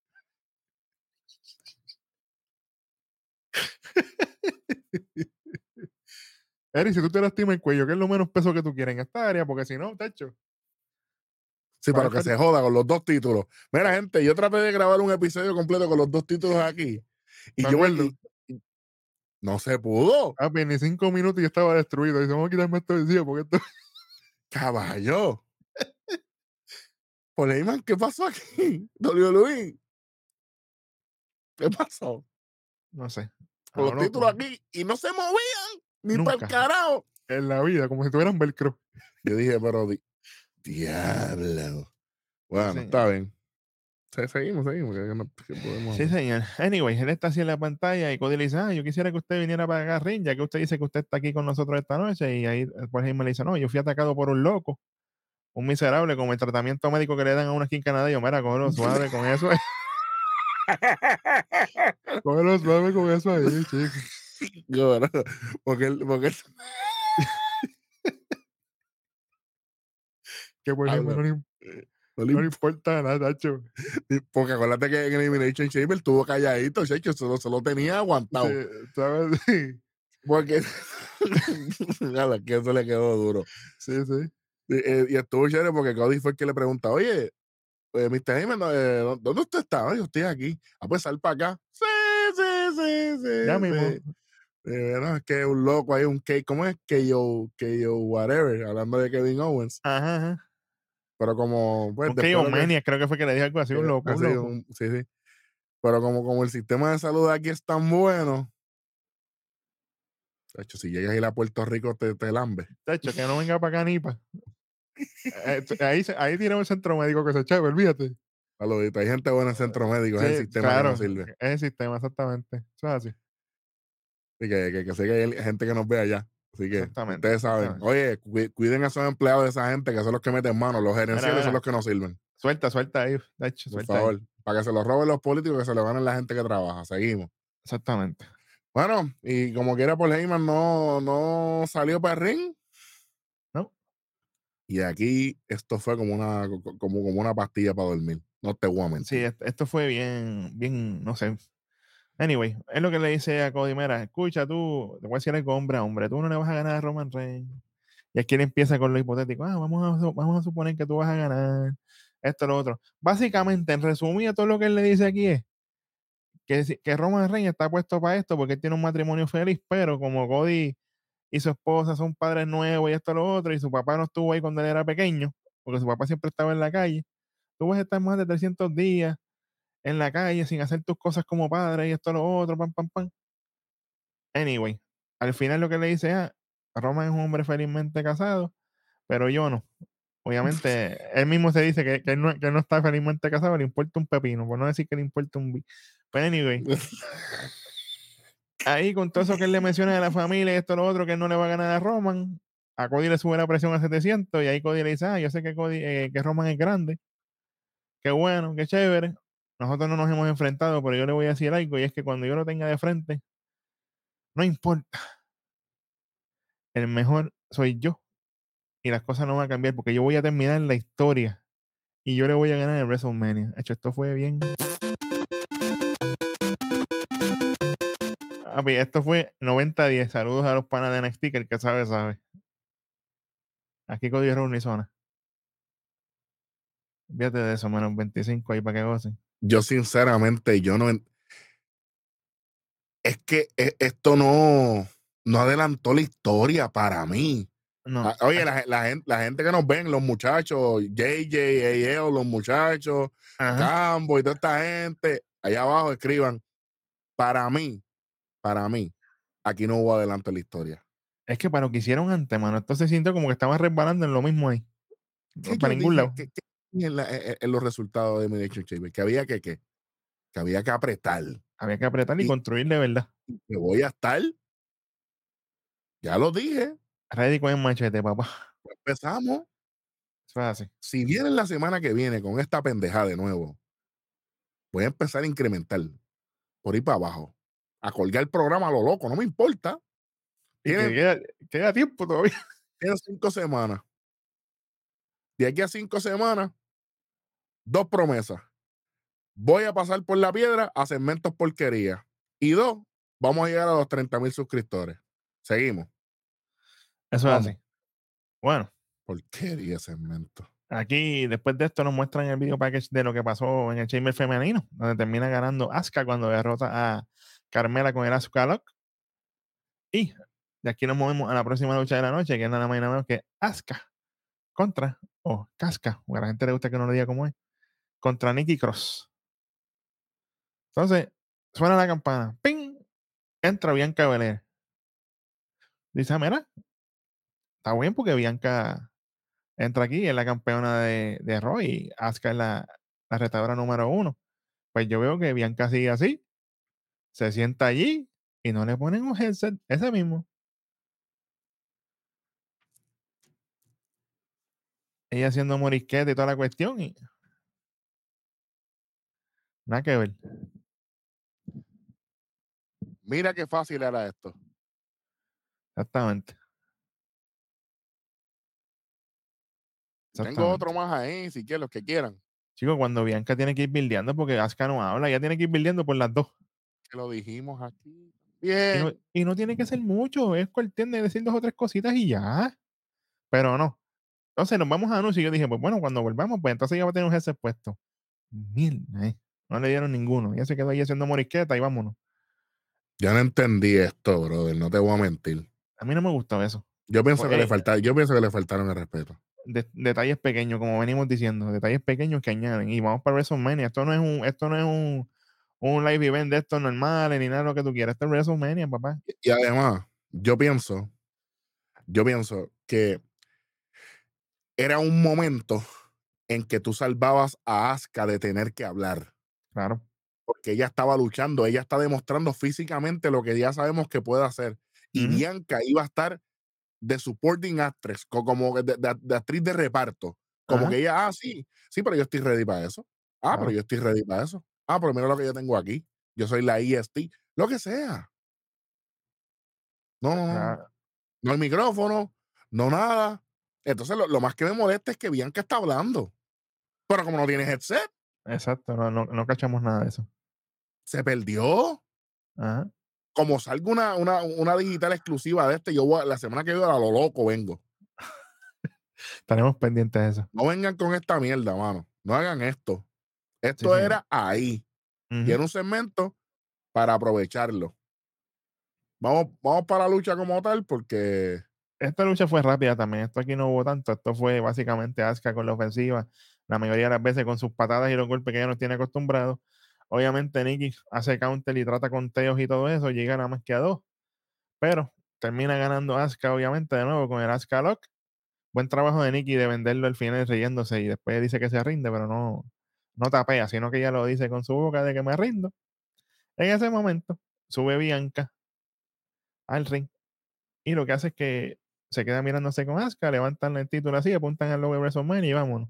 Eric, si tú te lastimas el cuello, ¿qué es lo menos peso que tú quieres en esta área? Porque si no, tacho, Sí, vas a pero que estar se joda con los dos títulos. Mira, gente, yo traté de grabar un episodio completo con los dos títulos aquí. Y de yo me. acuerdo. y- y no se pudo. Ah, pues ni cinco minutos y ya estaba destruido. Dice, vamos a quitarme esto de encima porque esto. Caballo. Poleiman, ¿qué pasó aquí? W W E, ¿qué pasó? No sé. Con A lo los títulos loco. aquí y no se movían ni para el Nunca. carajo. En la vida, como si tuvieran velcro. Yo dije, pero di- diablo. Sí, Bueno, señor. está bien. Se- Seguimos, seguimos. ¿Qué, no- qué podemos Sí, hacer? señor. Anyway, él está así en la pantalla y Cody le dice, ah, yo quisiera que usted viniera para acá, ring, ya que usted dice que usted está aquí con nosotros esta noche. Y ahí, por ejemplo, le dice, no, yo fui atacado por un loco, un miserable, con el tratamiento médico que le dan a uno aquí en Canadá. Y yo, mira, cógelo suave con eso. Cógelo suave con eso ahí, chico. Bueno, porque, él- porque él Que por ejemplo habla. no le, im- No le no le imp- importa nada, Tacho. Porque acuérdate que en Elimination Chamber estuvo calladito, chacho, se lo, se lo tenía Sí, aguantado. ¿sabes? Sí, Porque nada, que eso le quedó duro. sí, sí. Y, eh, y estuvo chévere porque Cody fue el que le pregunta, oye, eh, mister Heyman, eh, ¿dó- ¿dónde usted está? "Ay, yo estoy aquí. Ah, pues sal para acá. Sí, sí, sí, Ya sí, mismo. sí. Eh, no, es que un loco hay un K, ¿cómo es? Que yo, que yo, whatever, hablando de Kevin Owens. Ajá, ajá. Pero como, pues Un después K O lo que, Mania, creo que fue que le dije algo así, un que loco, un así, loco. un- sí, sí. Pero como, como el sistema de salud de aquí es tan bueno, de hecho, si llegas a ir a Puerto Rico te, te lambe. Tacho, que no venga para acá ni pa. Eh, t- ahí, se- ahí tiene un centro médico que se echaba, olvídate. Saludito. Hay gente buena en centro médico, es el Sí, sistema que no claro, sirve. es el sistema, exactamente. Eso es así. Así que, que, que sé que hay gente que nos ve allá. Así que Exactamente, ustedes saben. exactamente. Oye, cu- cuiden a esos empleados de esa gente que son los que meten mano. Los Mira, gerenciales son los mira, que no sirven. suelta, suelta ahí, Tacho, Por suelta ahí. favor. Para que se los roben los políticos, que se lo ganen la gente que trabaja. Seguimos. Exactamente. Bueno, y como quiera, Paul Heyman no, no salió para el ring. ¿No? Y aquí esto fue como una, co- como, como una pastilla para dormir. No te voy a Sí, mentir. est- esto fue bien, bien, no sé. Anyway, es lo que le dice a Cody, mira, escucha tú, te voy a decir algo, hombre, a hombre, tú no le vas a ganar a Roman Reigns. Y aquí él empieza con lo hipotético, ah, vamos a, su- vamos a suponer que tú vas a ganar, esto, lo otro. Básicamente, en resumido, todo lo que él le dice aquí es que, si- que Roman Reigns está puesto para esto porque él tiene un matrimonio feliz, pero como Cody y su esposa son padres nuevos y esto, lo otro, y su papá no estuvo ahí cuando él era pequeño, porque su papá siempre estaba en la calle, tú vas a estar más de trescientos días en la calle sin hacer tus cosas como padre y esto, lo otro, pam, pam, pam. Anyway, al final lo que le dice, ah, Roman es un hombre felizmente casado, pero yo no. Obviamente, él mismo se dice que, que, él no, que él no está felizmente casado, le importa un pepino, por no decir que le importa un bi. Pero anyway, ahí con todo eso que él le menciona de la familia y esto, lo otro, que él no le va a ganar a Roman, a Cody le sube la presión a setecientos y ahí Cody le dice, ah, yo sé que, Cody, eh, que Roman es grande, qué bueno, qué chévere. Nosotros no nos hemos enfrentado, pero yo le voy a decir algo y es que cuando yo lo tenga de frente, no importa, el mejor soy yo y las cosas no van a cambiar porque yo voy a terminar la historia y yo le voy a ganar en WrestleMania. De hecho, esto fue bien. Papi, esto fue noventa diez. Saludos a los panas de N X T, que el que sabe, sabe. Aquí Cody Rhodes ni zona. Fíjate de eso, menos veinticinco ahí para que gocen. Yo sinceramente, yo no... en- Es que e- esto no, no adelantó la historia para mí. No, Ah, oye, aquí- la, la gente, la gente que nos ven, los muchachos, J J, A L, los muchachos, ajá. Cambo y toda esta gente, allá abajo escriban, para mí, para mí, aquí no hubo adelanto en la historia. Es que para lo que hicieron antes, mano, esto se sintió como que estaba resbalando en lo mismo ahí. ¿Qué No, para yo ningún dije lado. que, que en, la- en- en los resultados de Elimination Chamber? Que había que, que, que había que apretar. Había que apretar y Y construir de verdad. que voy a estar, ya lo dije, Ready con el machete, papá. empezamos. Eso es así. Si vienen la semana que viene con esta pendeja de nuevo, voy a empezar a incrementar por ahí para abajo. A colgar el programa a lo loco, no me importa. Y que Tienen, queda, queda tiempo todavía. tienen cinco semanas. De aquí a cinco semanas, dos promesas. Voy a pasar por la piedra a segmentos porquería. Y dos, vamos a llegar a los treinta mil suscriptores. Seguimos. Eso es Vamos. así. Bueno, Porquería segmento. aquí después de esto nos muestran el video package de lo que pasó en el Chamber femenino, donde termina ganando Asuka cuando derrota a Carmela con el Asuka Lock. Y de aquí nos movemos a la próxima lucha de la noche, que es nada más y nada menos que Asuka contra, o Casca, porque a la gente le gusta que no lo diga como es, contra Nikki Cross. Entonces, suena la campana, ¡ping! Entra Bianca Belair. Dice, ah, mira, está bien porque Bianca entra aquí, es la campeona de, de Raw y Asuka es la, la retadora número uno. Pues yo veo que Bianca sigue así, se sienta allí y no le ponen un headset, ese mismo. Ella haciendo morisqueta y toda la cuestión y nada que ver. Mira qué fácil era esto. Exactamente, Tengo otro exactamente. más ahí, si quieren, los que quieran. Chicos, cuando Bianca tiene que ir bildeando, porque Asuka no habla, ella tiene que ir bildeando por las dos. Que lo dijimos aquí. Y no, Bien. y no tiene que ser mucho, es cuestión de decir dos o tres cositas y ya. Pero no. Entonces nos vamos a anuncios y yo dije, pues bueno, cuando volvamos, pues entonces ya va a tener un jersey puesto. Mierda, eh. No le dieron ninguno. Ya se quedó ahí haciendo morisqueta y vámonos. Ya no entendí esto, brother. No te voy a mentir. A mí no me gustó eso. Yo pienso Pues, que le ey, falta, yo pienso que le faltaron el respeto. de- detalles pequeños, como venimos diciendo, detalles pequeños que añaden. Y vamos para WrestleMania. Esto no es un, esto no es un, un live event de estos normales ni nada de lo que tú quieras. Esto es WrestleMania, papá. Y además, yo pienso, yo pienso que era un momento en que tú salvabas a Asuka de tener que hablar, Claro. porque ella estaba luchando, ella está demostrando físicamente lo que ya sabemos que puede hacer. Y Ujú, Bianca iba a estar de supporting actress, co- como de, de- de actriz de reparto. Como ajá, que ella, ah, sí, sí, pero yo estoy ready para eso. Ah, pero claro. yo estoy ready para eso. Ah, pero mira lo que yo tengo aquí. Yo soy la E S T, lo que sea. No, no, no. Claro. No hay micrófono, no nada. Entonces, lo, lo más que me molesta es que Bianca está hablando. Pero como no tiene headset, Exacto. No, no, no cachamos nada de eso. se perdió. Ajá. Como salga una, una, una digital exclusiva de este, yo voy a- la semana que viene a lo loco vengo. Estaremos pendientes de eso. No vengan con esta mierda, mano. No hagan esto. Sí, Esto señor. era ahí. Y Ujú. era un segmento para aprovecharlo. Vamos, vamos para la lucha como tal, porque Esta lucha fue rápida también. Esto aquí no hubo tanto. Esto fue básicamente Asuka con la ofensiva. La mayoría de las veces con sus patadas y los golpes que ella nos tiene acostumbrados. Obviamente, Nikki hace counter y trata con teos y todo eso. Llega nada más que a dos. Pero termina ganando Asuka, obviamente, de nuevo con el Asuka Lock. Buen trabajo de Nikki de venderlo al final riéndose y después dice que se rinde, pero no, no tapea, sino que ella lo dice con su boca de que me rindo. En ese momento sube Bianca al ring. Y lo que hace es que se queda mirándose con Asuka, levantan el título así, apuntan al logo de WrestleMania y vámonos.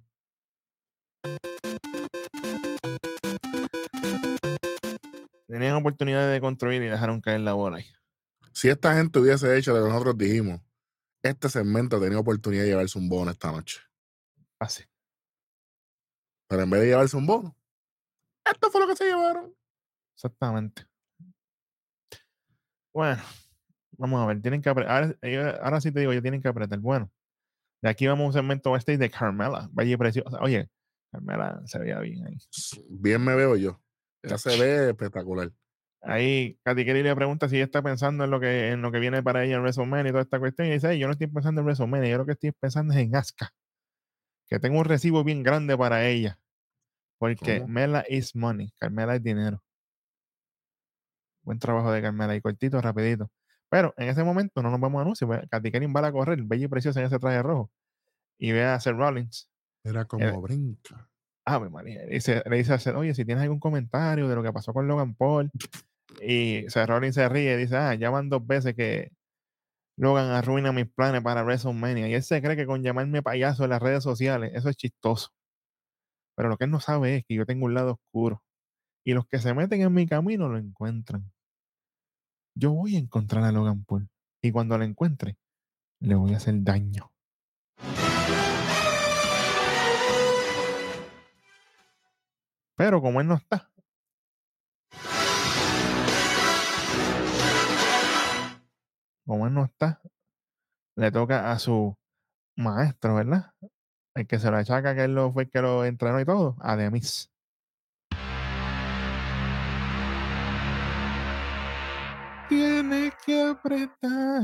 Tenían oportunidad de construir y dejaron caer la bola ahí. Si esta gente hubiese hecho lo que nosotros dijimos, este segmento tenía oportunidad de llevarse un bono esta noche. Así. Pero en vez de llevarse un bono, esto fue lo que se llevaron. Exactamente. Bueno, vamos a ver, tienen que apretar. Ahora, ellos- ahora sí te digo, ellos tienen que apretar. Bueno, de aquí vamos a un segmento este de Carmela. Vaya preciosa. Oye, Carmela se veía bien ahí. Bien me veo yo. Ya se ve espectacular. Ahí Katy Kelly le pregunta si ella está pensando en lo que, en lo que viene para ella en WrestleMania y toda esta cuestión. Y dice, "Ay, yo no estoy pensando en WrestleMania, yo lo que estoy pensando es en Asuka. Que tengo un recibo bien grande para ella. Porque ¿Cómo? Mela is money. Carmela es dinero. Buen trabajo de Carmela y cortito, rapidito. Pero en ese momento no nos vamos a anuncios. Pues, Katy Kelly va a correr, bella y preciosa en ese traje rojo. Y ve a Seth Rollins. Era Eh, como brinca. Ave María. Y se- le dice a Seth, oye, si tienes algún comentario de lo que pasó con Logan Paul. Y Seth Rollins se ríe y dice, ah, ya van dos veces que Logan arruina mis planes para WrestleMania. Y él se cree que con llamarme payaso en las redes sociales, eso es chistoso. Pero lo que él no sabe es que yo tengo un lado oscuro. Y los que se meten en mi camino lo encuentran. Yo voy a encontrar a Logan Paul. Y cuando lo encuentre, le voy a hacer daño. Pero como él no está, como él no está, le toca a su maestro, ¿verdad? El que se lo achaca que él lo fue el que lo entrenó y todo, a Demis. Tiene que apretar.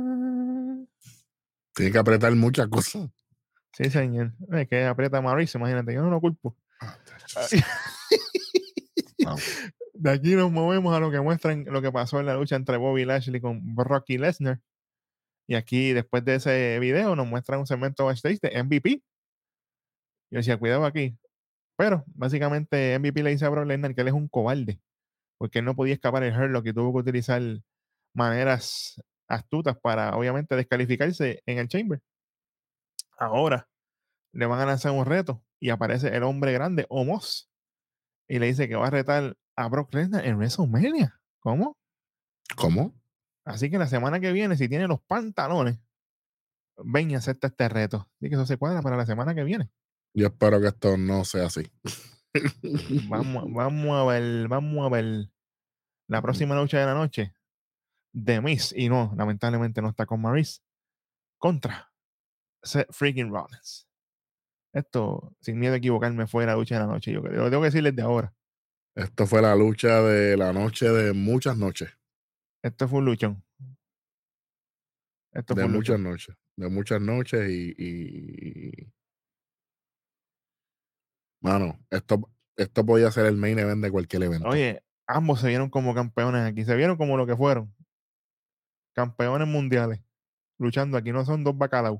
Tiene que apretar muchas cosas. Sí, señor. Es que aprieta Mauricio, imagínate, yo no lo culpo. Ah, de hecho, Ay. sí. Wow. De aquí nos movemos a lo que muestran lo que pasó en la lucha entre Bobby Lashley con Brock Lesnar. Y aquí, después de ese video, nos muestran un segmento backstage de M V P. Yo decía, cuidado aquí. Pero básicamente M V P le dice a Brock Lesnar que él es un cobarde, porque él no podía escapar el Hurlock y tuvo que utilizar maneras astutas para, obviamente, descalificarse en el Chamber. Ahora le van a lanzar un reto y aparece el hombre grande, Omos, y le dice que va a retar a Brock Lesnar en WrestleMania. ¿Cómo? ¿Cómo? Así que la semana que viene, si tiene los pantalones, ven y acepta este reto. Así que eso se cuadra para la semana que viene. Yo espero que esto no sea así. Vamos, vamos a ver, vamos a ver la próxima lucha de la noche. The Miz, y no, lamentablemente no está con Maurice, contra Seth freaking Rollins. Esto, sin miedo a equivocarme, fue la lucha de la noche. Yo creo, lo tengo que decirles de ahora. Esto fue la lucha de la noche de muchas noches. Esto fue un luchón. Esto De fue un muchas luchón. noches. De muchas noches y, y- mano, esto, esto podía ser el main event de cualquier evento. Oye, ambos se vieron como campeones aquí. Se vieron como lo que fueron. Campeones mundiales. Luchando aquí. No son dos bacalaos.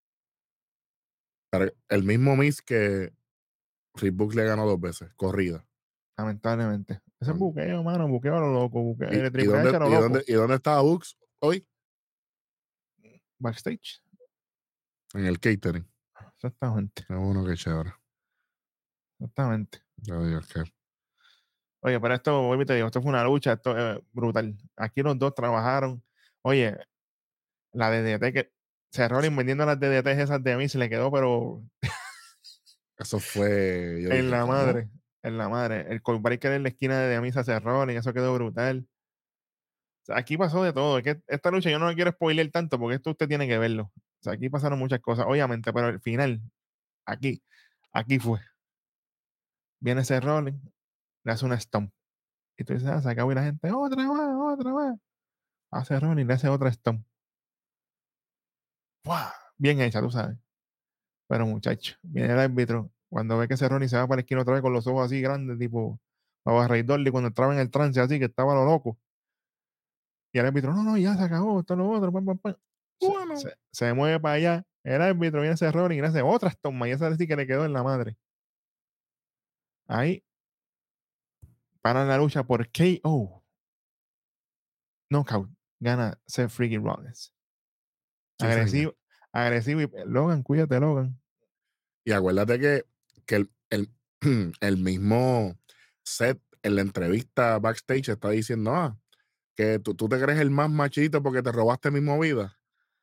Pero el mismo Miz que Facebook le ganó dos veces, corrida. Lamentablemente. Ese es Um, buqueo, mano. Buqueo a lo loco. Buqueo. ¿Y, El de y Triple H dónde, a lo y, dónde, loco. ¿Y dónde estaba Books hoy? Backstage. En el catering. Exactamente. Es bueno, que chévere. Exactamente. Yo digo que Oye, pero esto, vuelvo y te digo, esto fue una lucha, esto es brutal. Aquí los dos trabajaron. Oye, la D D T que se Rollins vendiendo las D D Ts esas de mí se le quedó, pero eso fue, yo en dije, la ¿cómo? madre, en la madre. El callbreaker en la esquina de Demis hacia Rollins, eso quedó brutal. O sea, aquí pasó de todo. Es que esta lucha yo no la quiero spoiler tanto porque esto usted tiene que verlo. O sea, aquí pasaron muchas cosas, obviamente, pero al final, aquí, aquí fue. Viene ese Rollins, le hace una stomp. Y tú dices, ah, se acabó y la gente, otra más, otra más. Hace Rollins, le hace otra stomp. ¡Fua! Bien hecha, tú sabes. Pero muchacho, viene el árbitro. Cuando ve que ese Rollins se va para la esquina otra vez con los ojos así grandes, tipo a Ray Dolly cuando entraba en el trance así, que estaba lo loco. Y el árbitro, no, no, ya se acabó, esto lo otro, pam, pam, pam. Se, Bueno, se, se mueve para allá. El árbitro viene ese Rollins y le hace otras tomas. Y esa sí que le quedó en la madre. Ahí para la lucha por K O. Knockout. gana Seth Freaky Rollins. Sí, señor. Agresivo, agresivo y Logan, cuídate, Logan. Y acuérdate que, que el, el, el mismo Seth en la entrevista backstage está diciendo, ah, que tú, tú te crees el más machito porque te robaste mi movida.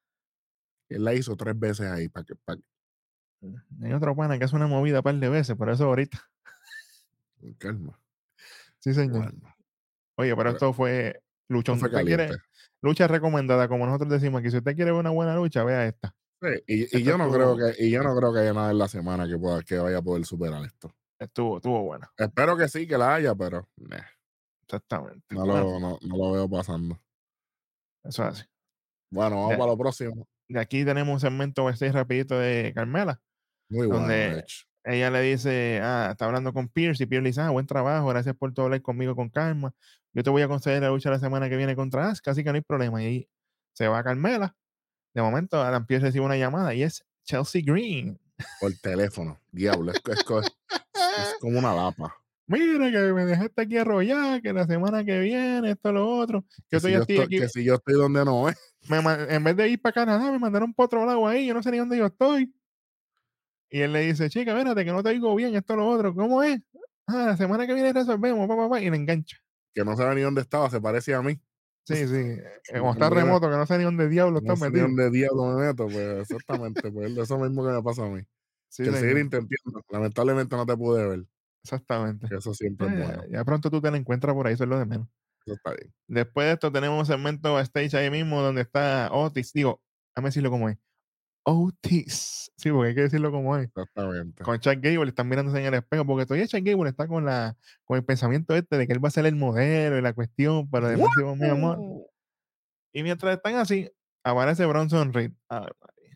Él la hizo tres veces ahí para que, pa' que- Hay otro pana que hace una movida un par de veces, por eso ahorita. con calma, Sí, señor. calma. Oye, pero Pero esto fue esto luchón. fue ¿Usted caliente. quiere lucha recomendada? Como nosotros decimos aquí, si usted quiere ver una buena lucha, vea esta. Sí, y, y Esto yo no creo estuvo, que, y yo no creo que haya nada en la semana que pueda, que vaya a poder superar esto. estuvo, estuvo bueno. Espero que sí, que la haya, pero nah, Exactamente. no, Bueno, lo, no, no lo veo pasando. eso es así. Bueno, vamos De, para lo próximo. de aquí tenemos un segmento este rapidito de Carmela, Muy bueno, de donde hecho. ella le dice, ah, está hablando con Pierce y Pierce le dice, ah, buen trabajo, gracias por todo hablar conmigo con calma. Yo te voy a conceder la lucha la semana que viene contra Asuka, así que no hay problema. Y ahí se va a Carmela. De momento, Adam Pierce recibe una llamada y es Chelsea Green. Por teléfono. Diablo, es, es, co- es- es como una lapa. Mira que me dejaste aquí arrollada, que la semana que viene, esto, lo otro. Yo Que si estoy yo aquí, estoy, aquí, que si yo estoy donde no es. me ma- en vez de ir para Canadá, me mandaron para otro lado ahí, yo no sé ni dónde yo estoy. Y él le dice, chica, espérate, que no te digo bien, esto, lo otro. ¿Cómo es? Ah, la semana que viene resolvemos, papá, papá, y le engancha. Que no sabe ni dónde estaba, se parece a mí. Sí, sí. eh, Como está Cuando yo me- remoto, que no sé ni dónde diablo está no sé ni metido. dónde diablo me meto, pues exactamente, pues eso mismo que me pasa a mí. Sí, Que el seguir señor. intentando, lamentablemente no te pude ver, Exactamente. que eso siempre es Eh, bueno, ya pronto tú te la encuentras por ahí, eso es lo de menos. eso está bien, Después de esto tenemos un segmento backstage ahí mismo donde está Otis. Digo, déjame decirlo como es. Otis. Sí, porque hay que decirlo como es. exactamente. Con Chad Gable, están mirándose en el espejo, porque todavía Chad Gable está con la con el pensamiento este de que él va a ser el modelo y la cuestión, pero de máximo mi amor. ¡Wow! Y mientras están así, aparece Bronson Reed. Ay, María.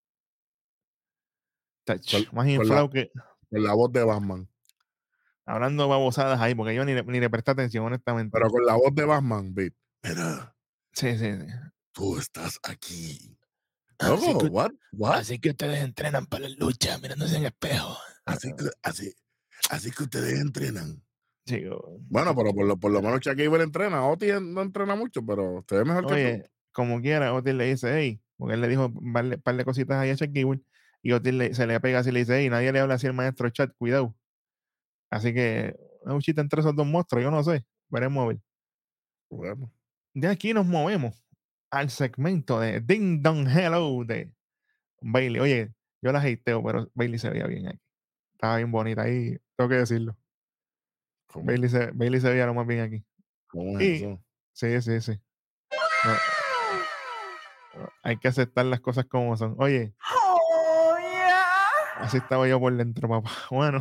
Con, Tach, más con la, inflado que con la voz de Batman, hablando babosadas ahí, porque yo ni le, ni le presté atención, honestamente. pero con la voz de Batman, beat. Mira, Sí, sí, sí. tú estás aquí. Así Loco, que, what, what? así que ustedes entrenan para la lucha mirándose en el espejo. Así que, así, así que ustedes entrenan. Chico, Bueno, pero por chico. lo, por lo menos Chuck Gable entrena. Oti no entrena mucho, pero usted es mejor que tú. Oye, como quiera, Otis le dice, hey, porque él le dijo un par de, par de cositas ahí a Chad Gable, y Otis le- se le pega así y le dice, hey, nadie le habla así al maestro Chad, cuidado. Así que, es un chiste entre esos dos monstruos, yo no sé, veremos a ver. Bueno, De aquí nos movemos al segmento de Ding Dong Hello de Bailey. Oye, yo la hateo, pero Bailey se veía bien aquí. Estaba bien bonita ahí, tengo que decirlo. ¿cómo, Bailey se, Bailey se veía lo más bien aquí. cómo es Y eso? sí, sí, sí. No, no, hay que aceptar las cosas como son. Oye, Oh, yeah. así estaba yo por dentro, papá. Bueno,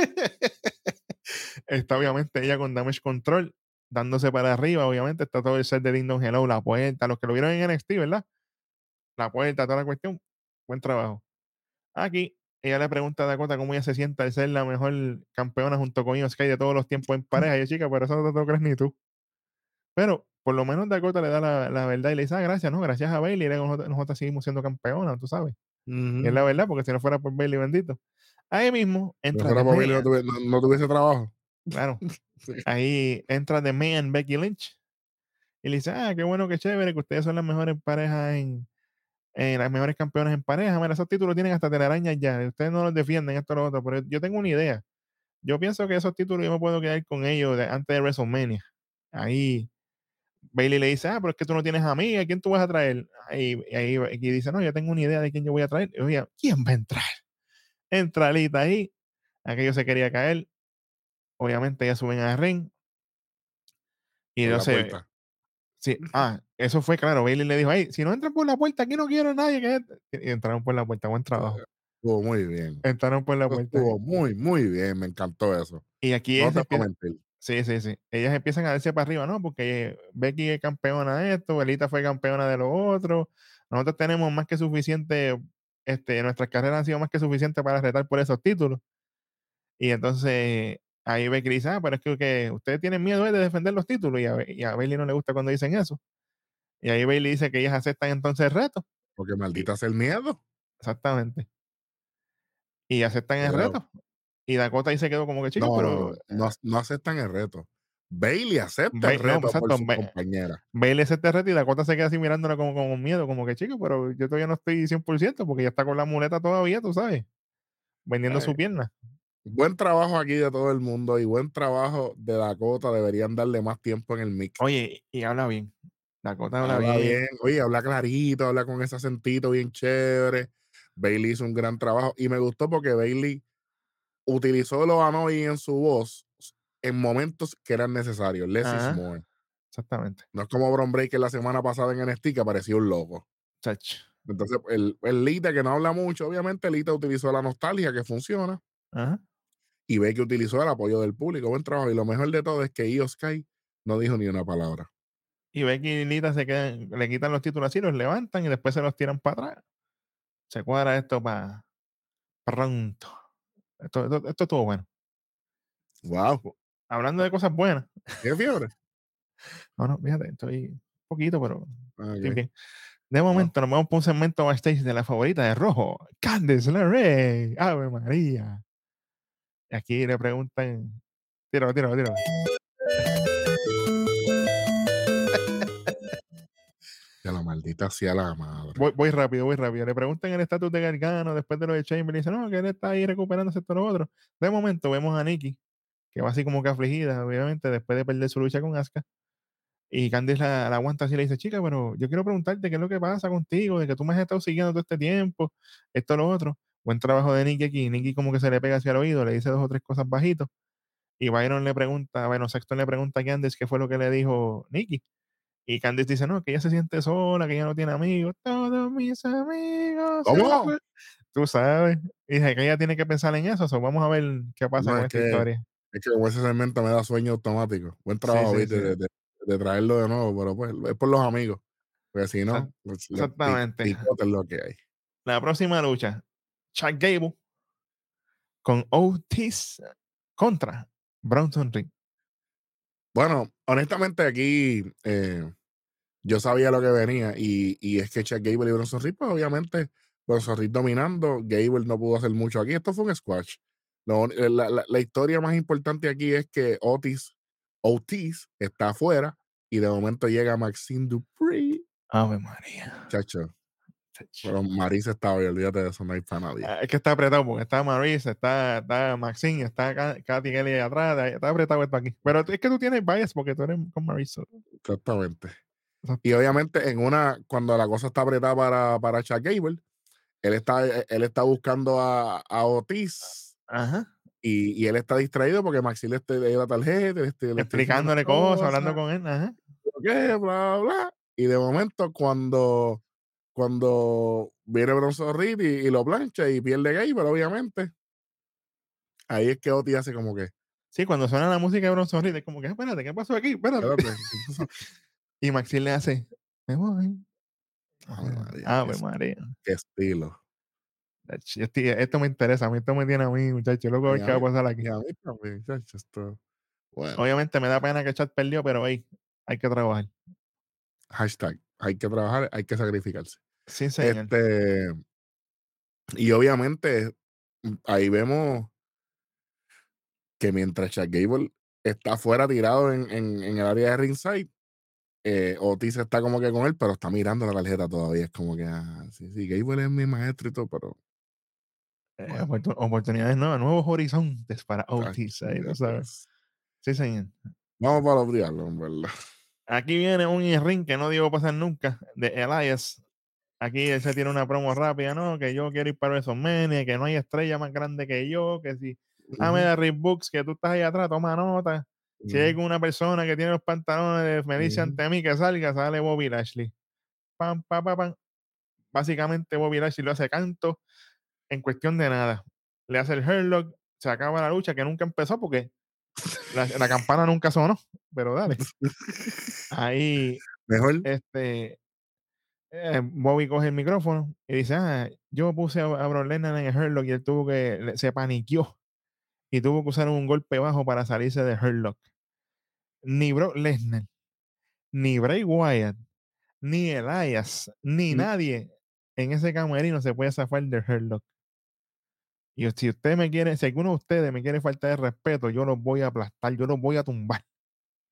está obviamente ella con Damage Control, dándose para arriba. Obviamente está todo el set de Ding Dong Hello, la puerta, los que lo vieron en N X T, ¿verdad? La puerta, toda la cuestión. Buen trabajo. Aquí, ella le pregunta a Dakota cómo ella se siente al ser la mejor campeona junto con Io Sky de todos los tiempos en pareja. Y yo, chica, pero eso no te lo crees ni tú. Pero por lo menos Dakota le da la, la verdad y le dice, ah, gracias, ¿no? Gracias a Bailey, nosotros, nosotros seguimos siendo campeonas, tú sabes. Y es Ujú. la verdad, porque si no fuera por Bailey, bendito. Ahí mismo Si no entra fuera The para Billy, no, Man. tuvi- no- no tuviese trabajo. Claro, Sí. ahí entra The Man, Becky Lynch. Y le dice, ah, qué bueno, qué chévere, que ustedes son las mejores parejas en, en las mejores campeonas en pareja. Mira, esos títulos tienen hasta telarañas ya. Ustedes no los defienden, esto, lo otro. Pero yo tengo una idea. Yo pienso que esos títulos yo me puedo quedar con ellos de- antes de WrestleMania. Ahí Bailey le dice, ah, pero es que tú no tienes a mí, ¿a quién tú vas a traer? Ahí, y ahí y dice, no, yo tengo una idea de quién yo voy a traer. Y oye, ¿quién va a entrar? Entra Alita ahí, aquello se quería caer. Obviamente ya suben a ring y Por no la sé, puerta. sí, ah, eso fue claro. Bailey le dijo, hey, si no entran por la puerta, aquí no quiero a nadie que entre". Y entraron por la puerta, buen Sí, trabajo. estuvo muy bien. Entraron por la Eso puerta. estuvo muy, muy bien. Me encantó eso. Y aquí No ellas te voy a empiezan, mentir. sí, sí, sí. Ellas empiezan a darse para arriba, ¿no? Porque Becky es campeona de esto, Belita fue campeona de lo otro. Nosotros tenemos más que suficiente, este, nuestras carreras han sido más que suficientes para retar por esos títulos. Y entonces ahí Becky dice, ah, pero es que, que ustedes tienen miedo de defender los títulos. Y a, y a Bailey no le gusta cuando dicen eso. Y ahí Bailey dice que ellas aceptan entonces el reto. Porque Y, maldita sea el miedo. exactamente. Y aceptan el Pero reto. Y Dakota ahí se quedó como que, chica, no, no, pero no. No, no aceptan el reto. Bailey acepta Ba- el no, reto por exacto. su Ba- compañera. Bailey se te reto y Dakota se queda así mirándola como con miedo, como que chico, pero yo todavía no estoy cien por ciento porque ya está con la muleta todavía, tú sabes, vendiendo Ay, su pierna. buen trabajo aquí de todo el mundo y buen trabajo de Dakota. Deberían darle más tiempo en el mic. Oye, y habla bien. Dakota habla Habla bien, bien. oye, habla clarito, habla con ese acentito bien chévere. Bailey hizo un gran trabajo y me gustó porque Bailey utilizó los annoying en su voz en momentos que eran necesarios. Less is Ajá, more. exactamente. No es como Bron Breaker la semana pasada en N X T que parecía un loco. Chach. Entonces, el, el Lita que no habla mucho, obviamente Lita utilizó la nostalgia que funciona Ajá. y ve que utilizó el apoyo del público. Buen trabajo. Y lo mejor de todo es que Io Sky no dijo ni una palabra. Y Becky y Lita se quedan, le quitan los títulos así, los levantan y después se los tiran para atrás. Se cuadra esto para pronto. Esto, esto, esto estuvo bueno. Wow. Hablando de cosas buenas. ¿Qué fiebre? No, no, fíjate, estoy un poquito, pero estoy Okay. bien. De Wow. momento nos vamos por un segmento backstage de la favorita de Rojo, Candice LeRae. Ave María. Y aquí le preguntan, tíralo, tíralo, tíralo. Que la maldita sea la madre. Voy, voy rápido, voy rápido. Le preguntan el estatus de Gargano después de lo de Chamber y dice, no, que él está ahí recuperándose esto lo otro. De momento vemos a Nikki, que va así como que afligida, obviamente, después de perder su lucha con Asuka. Y Candice la, la aguanta así y le dice, chica, pero yo quiero preguntarte qué es lo que pasa contigo, de que tú me has estado siguiendo todo este tiempo, esto lo otro. Buen trabajo de Nikki aquí. Nikki como que se le pega hacia el oído, le dice dos o tres cosas bajito. Y Byron le pregunta, bueno, Sexton le pregunta a Candice qué fue lo que le dijo Nikki. Y Candice dice, no, que ella se siente sola, que ella no tiene amigos. Todos mis amigos se ¿Cómo? fue. Tú sabes. Y dice que ella tiene que pensar en eso. So, vamos a ver qué pasa No, con es esta que, historia. es que como ese segmento me da sueño automático. Buen Sí, trabajo, sí, viste, sí. de, de, de traerlo de nuevo, pero pues es por los amigos. Porque si Exact- no, pues, lo, pic- Exactamente. picote es lo que hay. La próxima lucha, Chad Gable con Otis contra Bronson Reed. Bueno, honestamente aquí eh, yo sabía lo que venía y, y es que Chad Gable y Bronson Reed, pues obviamente Bronson Reed dominando, Gable no pudo hacer mucho aquí, esto fue un squash. Lo un- la, la- la historia más importante aquí es que Otis, Otis está afuera y de momento llega Maxine Dupree, Ave María. chacho, Chach. pero Marisa estaba, y olvídate de eso, no hay para nadie. Ah, es que está apretado porque está Maurice, está, está Maxine, está Ka- Katy Kelly ahí atrás. Está apretado esto aquí. Pero es que tú tienes bias porque tú eres con Maurice. Exactamente. Y Exacto. obviamente en una, cuando la cosa está apretada para, para Chad Gable, él está, él está buscando a, a Otis Ajá. y, y él está distraído porque Maxi le, este- le dio la tarjeta, este, le está diciendo una Explicándole cosas, hablando cosa, con él. Ajá. ¿qué? Bla, bla. Y de momento cuando, cuando viene Bronson Reed y, y lo plancha y pierde Gable, obviamente, ahí es que Otis hace como que, Sí, cuando suena la música de Bronson Reed, es como que, espérate, ¿qué pasó aquí? Espérate. espérate, ¿qué pasó? Y Maxine le hace, me voy. Ave María, qué, Ave es- María. qué estilo. Ach, este- Esto me interesa, a mí esto me tiene a mí, muchachos. Loco, a Y ver a qué va a mí, pasar y aquí. a mí también, chacho, esto, bueno, Obviamente me da pena que Chat perdió, pero hey, hay que trabajar. hashtag, hay que trabajar, hay que sacrificarse. Sí, señor. Este, y obviamente mm, ahí vemos que mientras Chad Gable está afuera tirado en, en, en el área de ringside, eh, Otis está como que con él, pero está mirando la tarjeta todavía. Es como que, ah, sí, sí, Gable es mi maestro y todo, pero Eh, bueno, oportu- oportunidades nuevas, nuevos horizontes para Otis, tacho, ahí tú olvídate de sabes. eso. Sí, señor. Vamos para los diablos, en verdad. Aquí viene un ring que no digo pasar nunca, de Elias. Aquí él se tiene una promo rápida, ¿no? Que yo quiero ir para WrestleMania, que no hay estrella más grande que yo, que si dame Ujú, de Rick Books, que tú estás ahí atrás, toma nota. Si hay ujú, una persona que tiene los pantalones, me dice ujú. ante mí que salga, sale Bobby Lashley. Pam, pam, pam, pam. Básicamente Bobby Lashley lo hace canto en cuestión de nada. Le hace el Hurlock, se acaba la lucha que nunca empezó porque la, la campana nunca sonó, pero dale. Ahí, Mejor. este, eh, Bobby coge el micrófono y dice, ah, yo puse a, a Brock Lesnar en el Hurlock y él tuvo que, le- se paniqueó y tuvo que usar un golpe bajo para salirse del Hurlock. Ni Brock Lesnar, ni Bray Wyatt, ni Elias, ni Mm, nadie en ese camerino se puede zafar del Hurlock. Y si usted me quiere, si alguno de ustedes me quiere faltar de respeto, yo los voy a aplastar, yo los voy a tumbar.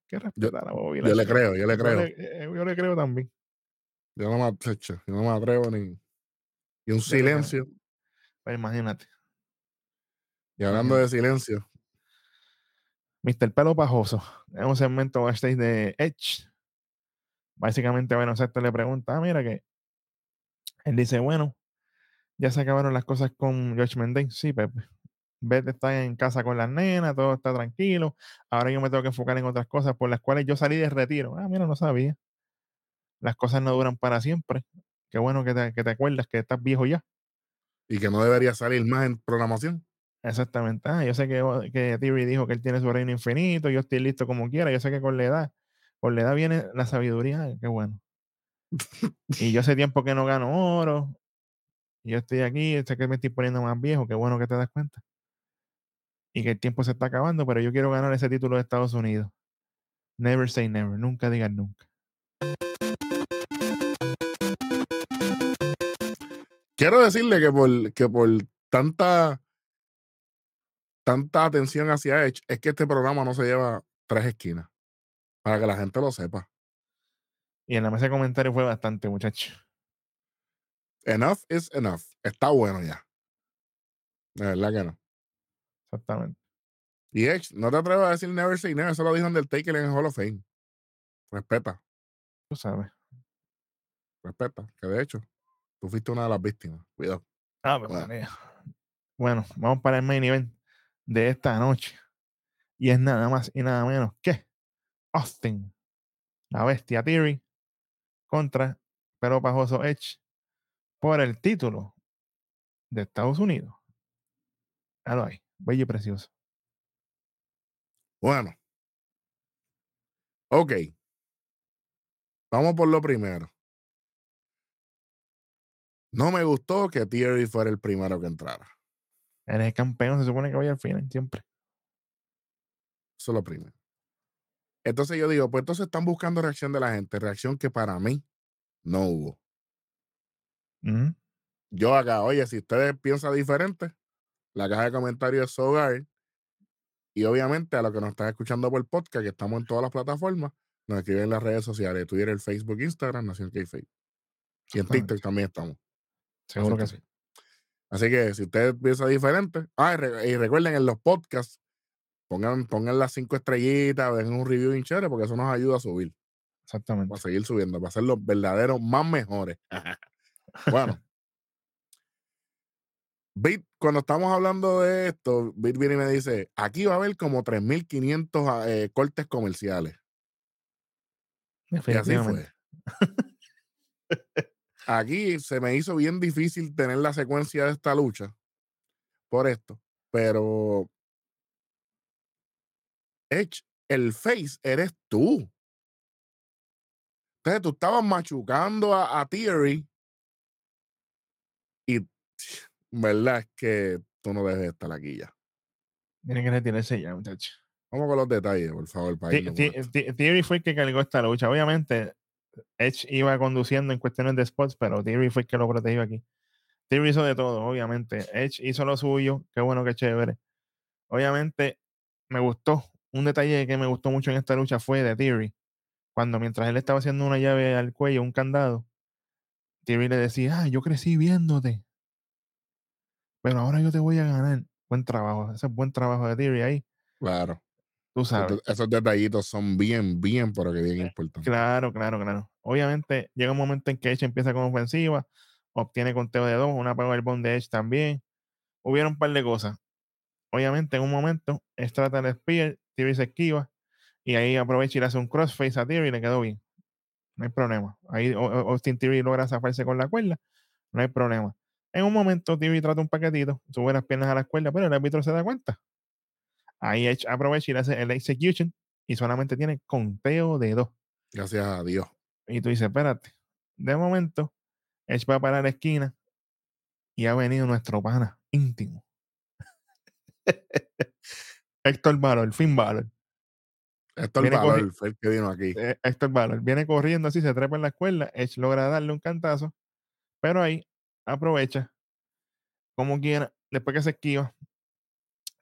que Yo, respetar a Bobby yo le Lashley. creo, yo le Yo creo. le, eh, yo le creo también. Yo no me atrevo, yo no me atrevo ni. Y un Yo le creo. silencio. Pero imagínate. Y hablando imagínate. de silencio, mister Pelo Pajoso, es un segmento backstage de Edge. Básicamente, bueno, Sexto le pregunta, ah, mira que él dice, bueno, ya se acabaron las cosas con George Mendez. Sí, Pepe. Beth está en casa con las nenas, todo está tranquilo. Ahora yo me tengo que enfocar en otras cosas por las cuales yo salí de retiro. Ah, mira, no sabía. Las cosas no duran para siempre. Qué bueno que te, que te acuerdas que estás viejo ya. y que no debería salir más en programación. Exactamente. Ah, yo sé que, que Theory dijo que él tiene su reino infinito, yo estoy listo como quiera. Yo sé que con la edad, con la edad viene la sabiduría. Ay, qué bueno. Y yo hace tiempo que no gano oro. Y yo estoy aquí, sé que me estoy poniendo más viejo. Qué bueno que te das cuenta. Y que el tiempo se está acabando, pero yo quiero ganar ese título de Estados Unidos. Never say never. Nunca digas nunca. Quiero decirle que por, que por tanta, tanta atención hacia Edge, es que este programa no se lleva tres esquinas. Para que la gente lo sepa. Y en la mesa de comentarios fue bastante, muchacho. Enough is enough. Está bueno ya. De verdad que no. Exactamente. Y Edge, no te atrevas a decir never say never. Eso lo dijo Undertaker en el Hall of Fame. Respeta, Tú sabes. respeta. Que de hecho, tú fuiste una de las víctimas. Cuidado. Ah, pues Bueno, María. Bueno, vamos para el main event de esta noche. Y es nada más y nada menos que Austin, la bestia Theory, contra Pero Pajoso Edge por el título de Estados Unidos. Ahí hay, bello y precioso. bueno. Ok. Vamos por lo primero. No me gustó que Theory fuera el primero que entrara. Eres campeón, se supone que vaya al final, siempre. Eso es lo primero. Entonces yo digo, pues entonces están buscando reacción de la gente. Reacción que para mí no hubo. Mm-hmm. Yo acá, oye, si ustedes piensan diferente, la caja de comentarios es Sogar. Y obviamente a los que nos están escuchando por podcast, que estamos en todas las plataformas, nos escriben en las redes sociales, Twitter, el Facebook, Instagram, Nación K-Face. Y en TikTok también estamos. Seguro Así que que, sí. así que si ustedes piensan diferente, ah, y, re- y recuerden en los podcasts, pongan, pongan las cinco estrellitas, dejen un review bien chévere, porque eso nos ayuda a subir, Exactamente. para seguir subiendo, para ser los verdaderos más mejores. Bueno, Bit, cuando estamos hablando de esto, Bit viene y me dice, aquí va a haber como tres mil quinientos eh, cortes comerciales. Y así Definitivamente. fue. Aquí se me hizo bien difícil tener la secuencia de esta lucha por esto, pero Edge, el face eres tú. Entonces tú estabas machucando a, a Theory y verdad es que tú no debes estar aquí ya. Tiene que retirarse ya, muchacho. Vamos con los detalles, por favor, para irnos con esto. Theory fue el que cargó esta lucha. Obviamente, Edge iba conduciendo en cuestiones de spots, pero Theory fue el que lo protegió aquí. Theory hizo de todo, obviamente. Edge hizo lo suyo. Qué bueno, qué chévere. Obviamente, me gustó. Un detalle que me gustó mucho en esta lucha fue de Theory. Cuando mientras él estaba haciendo una llave al cuello, un candado, Theory le decía, ah, yo crecí viéndote, pero ahora yo te voy a ganar. Buen trabajo. Ese es buen trabajo de Theory ahí. Claro. Tú Esos, sabes. de- esos detallitos son bien, bien, pero que bien importantes. Claro, claro, claro. Obviamente llega un momento en que Edge empieza con ofensiva, obtiene conteo de dos, una powerbomb de Edge también. Hubieron un par de cosas. Obviamente en un momento Edge trata el spear, Theory se esquiva y ahí aprovecha y le hace un crossface a Theory y le quedó bien. No hay problema. Ahí O- O- Austin Theory logra zafarse con la cuerda, no hay problema. En un momento Theory trata un paquetito, sube las piernas a la cuerda, pero el árbitro se da cuenta. Ahí Edge aprovecha y le hace el execution y solamente tiene conteo de dos. Gracias a Dios. Y tú dices, espérate, de momento, Edge va para la esquina y ha venido nuestro pana íntimo. Héctor Valor, Finn Balor. Esto es el Viene corri valor, fue el que vino aquí. eh, Héctor Valor viene corriendo así, se trepa en la escuela. Edge logra darle un cantazo, pero ahí aprovecha, como quiera, después que se esquiva,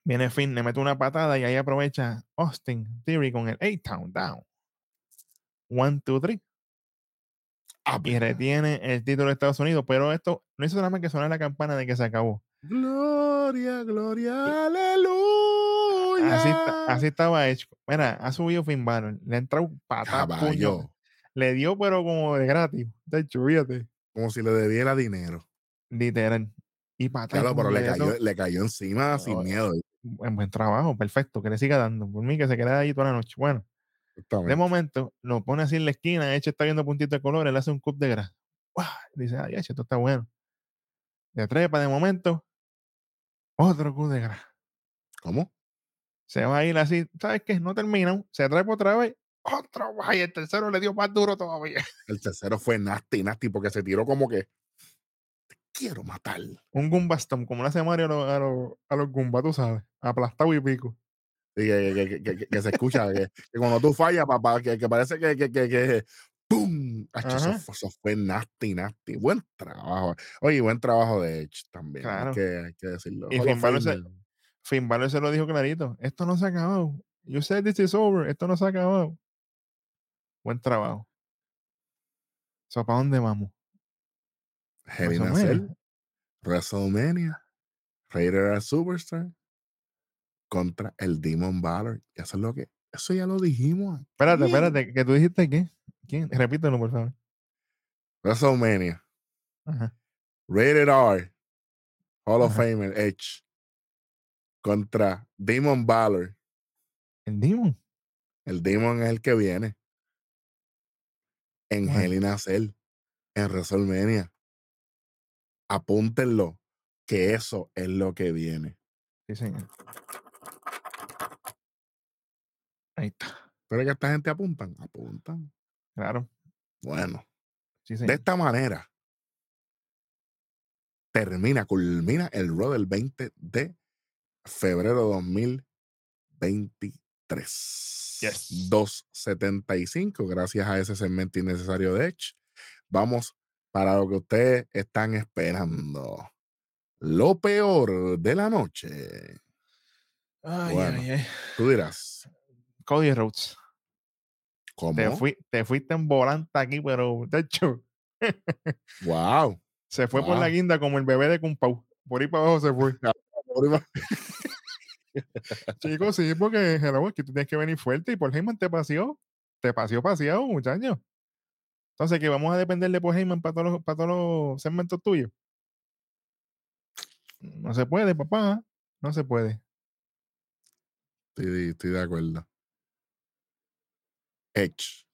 Viene Finn, le mete una patada y ahí aprovecha Austin Theory con el eight Town Down. One, two, three. Ah, Y pues. retiene el título de Estados Unidos. Pero esto no hizo nada más que sonar la campana de que se acabó. Gloria, Y gloria, así, está- aleluya. así estaba hecho. Mira, ha subido Finn Balor. Le ha entrado patas, puño. Caballo. Le dio, pero como de gratis. De hecho, fíjate. Como si le debiera dinero. Literal. Y patas y Claro, pero puño le de cayó, todo. le cayó encima sin Oh, miedo. buen, buen trabajo, perfecto. Que le siga dando. Por mí, que se quede ahí toda la noche. Bueno, de Exactamente. momento, lo pone así en la esquina. Eche está viendo puntitos de color. Él hace un cup de grasa. ¡Guau! Dice, ay, esto está bueno. De trepa, de momento, otro cup de grasa. ¿Cómo? Se va a ir así. ¿Sabes qué? No terminan. Se trepa otra vez. Otro, vaya, el tercero le dio más duro todavía. El tercero fue nasty, nasty, porque se tiró como que quiero matar. Un Goomba Stomp, como le hace Mario a los, a los, a los Goomba, tú sabes. Aplastado y pico. Y que, que- que- que- que- que se escucha, que, que cuando tú fallas, papá, que, que parece que, que, que, que ¡pum! Acho, eso, Ajá, fue- eso fue nasty, nasty. Buen trabajo. Oye, buen trabajo de Edge también, hay claro. que, hay que decirlo. Y Hall of Finn Balor, se, Famer. Finn Balor se lo dijo clarito. Esto no se ha acabado. You said this is over. Esto no se ha acabado. Buen trabajo. So, ¿para dónde vamos? Hell in a WrestleMania. Cell, WrestleMania, Raider Superstar contra el Demon Balor. Eso es lo que, eso ya lo dijimos Espérate, aquí. espérate, que tú dijiste qué. ¿Quién? Repítelo, por favor. WrestleMania, Ajá, Rated R, Hall of ajá. Famer, Edge, contra Demon Balor. El Demon. El Demon es el que viene en Hell Bueno, in a Cell, en WrestleMania. Apúntenlo, que eso es lo que viene. sí, señor. Ahí está. ¿Pero que esta gente apuntan? Apuntan. Claro. Bueno, Sí, de señor. esta manera termina, culmina el Raw del veinte de febrero de dos mil veintitrés. Yes. dos setenta y cinco, gracias a ese segmento innecesario de Edge. Vamos para lo que ustedes están esperando. Lo peor de la noche. Ay, Bueno, ay, ay. tú dirás, Cody Rhodes. Te, ¿cómo? fui, te fuiste en volanta aquí, pero de hecho, Wow, se fue por la wow. guinda como el bebé de Kung Pao. Por ahí para abajo se fue. Chicos, sí, porque hello, aquí tú tienes que venir fuerte y Paul Heyman te paseó. Te paseó paseado, muchacho. Entonces, que vamos a depender de Paul Heyman para todos los, para todos los segmentos tuyos. No se puede, papá. No se puede. Estoy, estoy de acuerdo. Edge.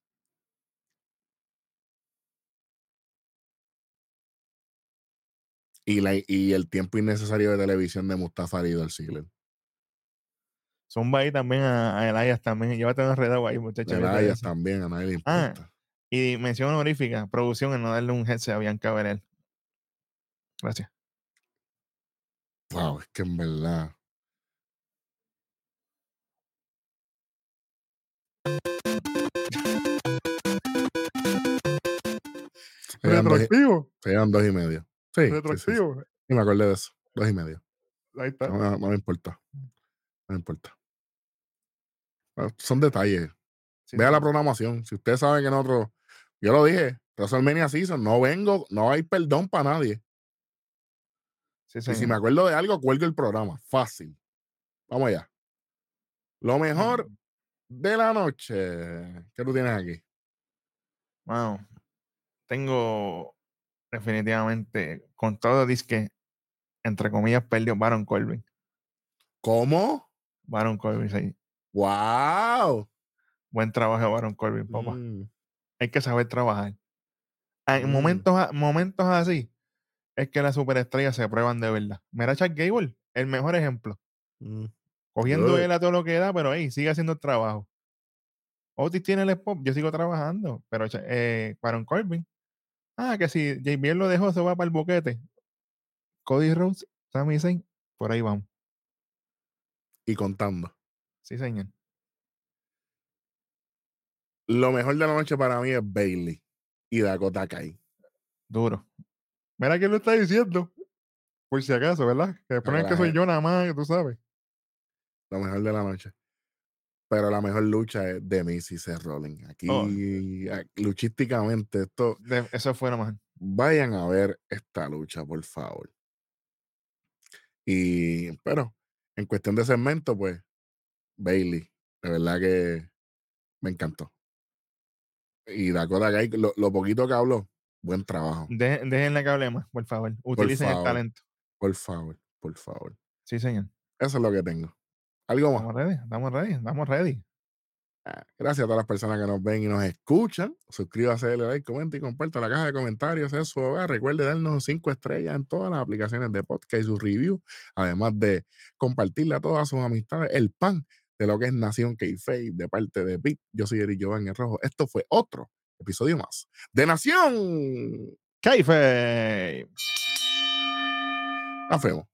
Y, la, y el tiempo innecesario de televisión de Mustafa Ali del siglo. Zumba ahí también a, a Elias también. Llévate enredado ahí, muchacho. El Olvídate de Ayas eso. también, a nadie le Ah, importa. y mención honorífica, producción en no darle un headset a Bianca Belair. Gracias. Wow, es que en verdad. Se llevan dos y, Retroactivo. se llevan dos y medio. Sí, sí, sí, sí. Retroactivo. Y me acordé de eso. Dos y medio. Ahí está. No, no, no me importa. No me importa. Ah, son detalles. Sí, Vea la señor. programación. Si ustedes saben que nosotros, yo lo dije, WrestleMania Season, no vengo, no hay perdón para nadie. Sí, Y si señor. me acuerdo de algo, cuelgo el programa. Fácil. Vamos allá. Lo mejor Mm, de la noche. ¿Qué tú tienes aquí? Wow. Tengo definitivamente, con todo disque, entre comillas, perdió Baron Corbin. ¿Cómo? Baron Corbin, sí. ¡Wow! Buen trabajo de Baron Corbin, papá. Mm, Hay que saber trabajar. Ah, En mm, momentos, a- momentos así, es que las superestrellas se prueban de verdad. Mira, Chad Gable, el mejor ejemplo. mm. Cogiendo Good. él a todo lo que da, pero hey, sigue haciendo el trabajo. Otis tiene el spot, yo sigo trabajando, pero Cha- eh, Baron Corbin. Ah, que si J B L lo dejó, se va para el boquete. Cody Rhodes, Sami Zayn, por ahí vamos. Y contando. Sí, señor. Lo mejor de la noche para mí es Bailey y Dakota Kai. Duro. Mira quién lo está diciendo. Por si acaso, ¿verdad? Que Para que ponen que la soy gente, yo nada más, tú sabes. lo mejor de la noche. Pero la mejor lucha es de Miz y Seth Rollins. Oh, Aquí, a- luchísticamente, esto, de- eso fue lo mejor. vayan a ver esta lucha, por favor. Y, pero, en cuestión de segmento, pues, Bailey, de verdad que me encantó. Y Dakota Kai, lo, lo poquito que habló, buen trabajo. De- déjenle que hable más, por favor. Por Utilicen el favor, talento. por favor, por favor. Sí, señor. Eso es lo que tengo. ¿Algo más? Estamos ready, estamos ready, estamos ready. Ah, gracias a todas las personas que nos ven y nos escuchan. Suscríbase, dale like, comenta y comparta la caja de comentarios. Es su hogar. Recuerde darnos cinco estrellas en todas las aplicaciones de podcast y sus reviews. Además de compartirle a todas sus amistades el pan de lo que es Nación Keife de parte de Pete. Yo soy Eric Giovanni el Rojo. Esto fue otro episodio más de Nación. Kayfabe. Nos vemos.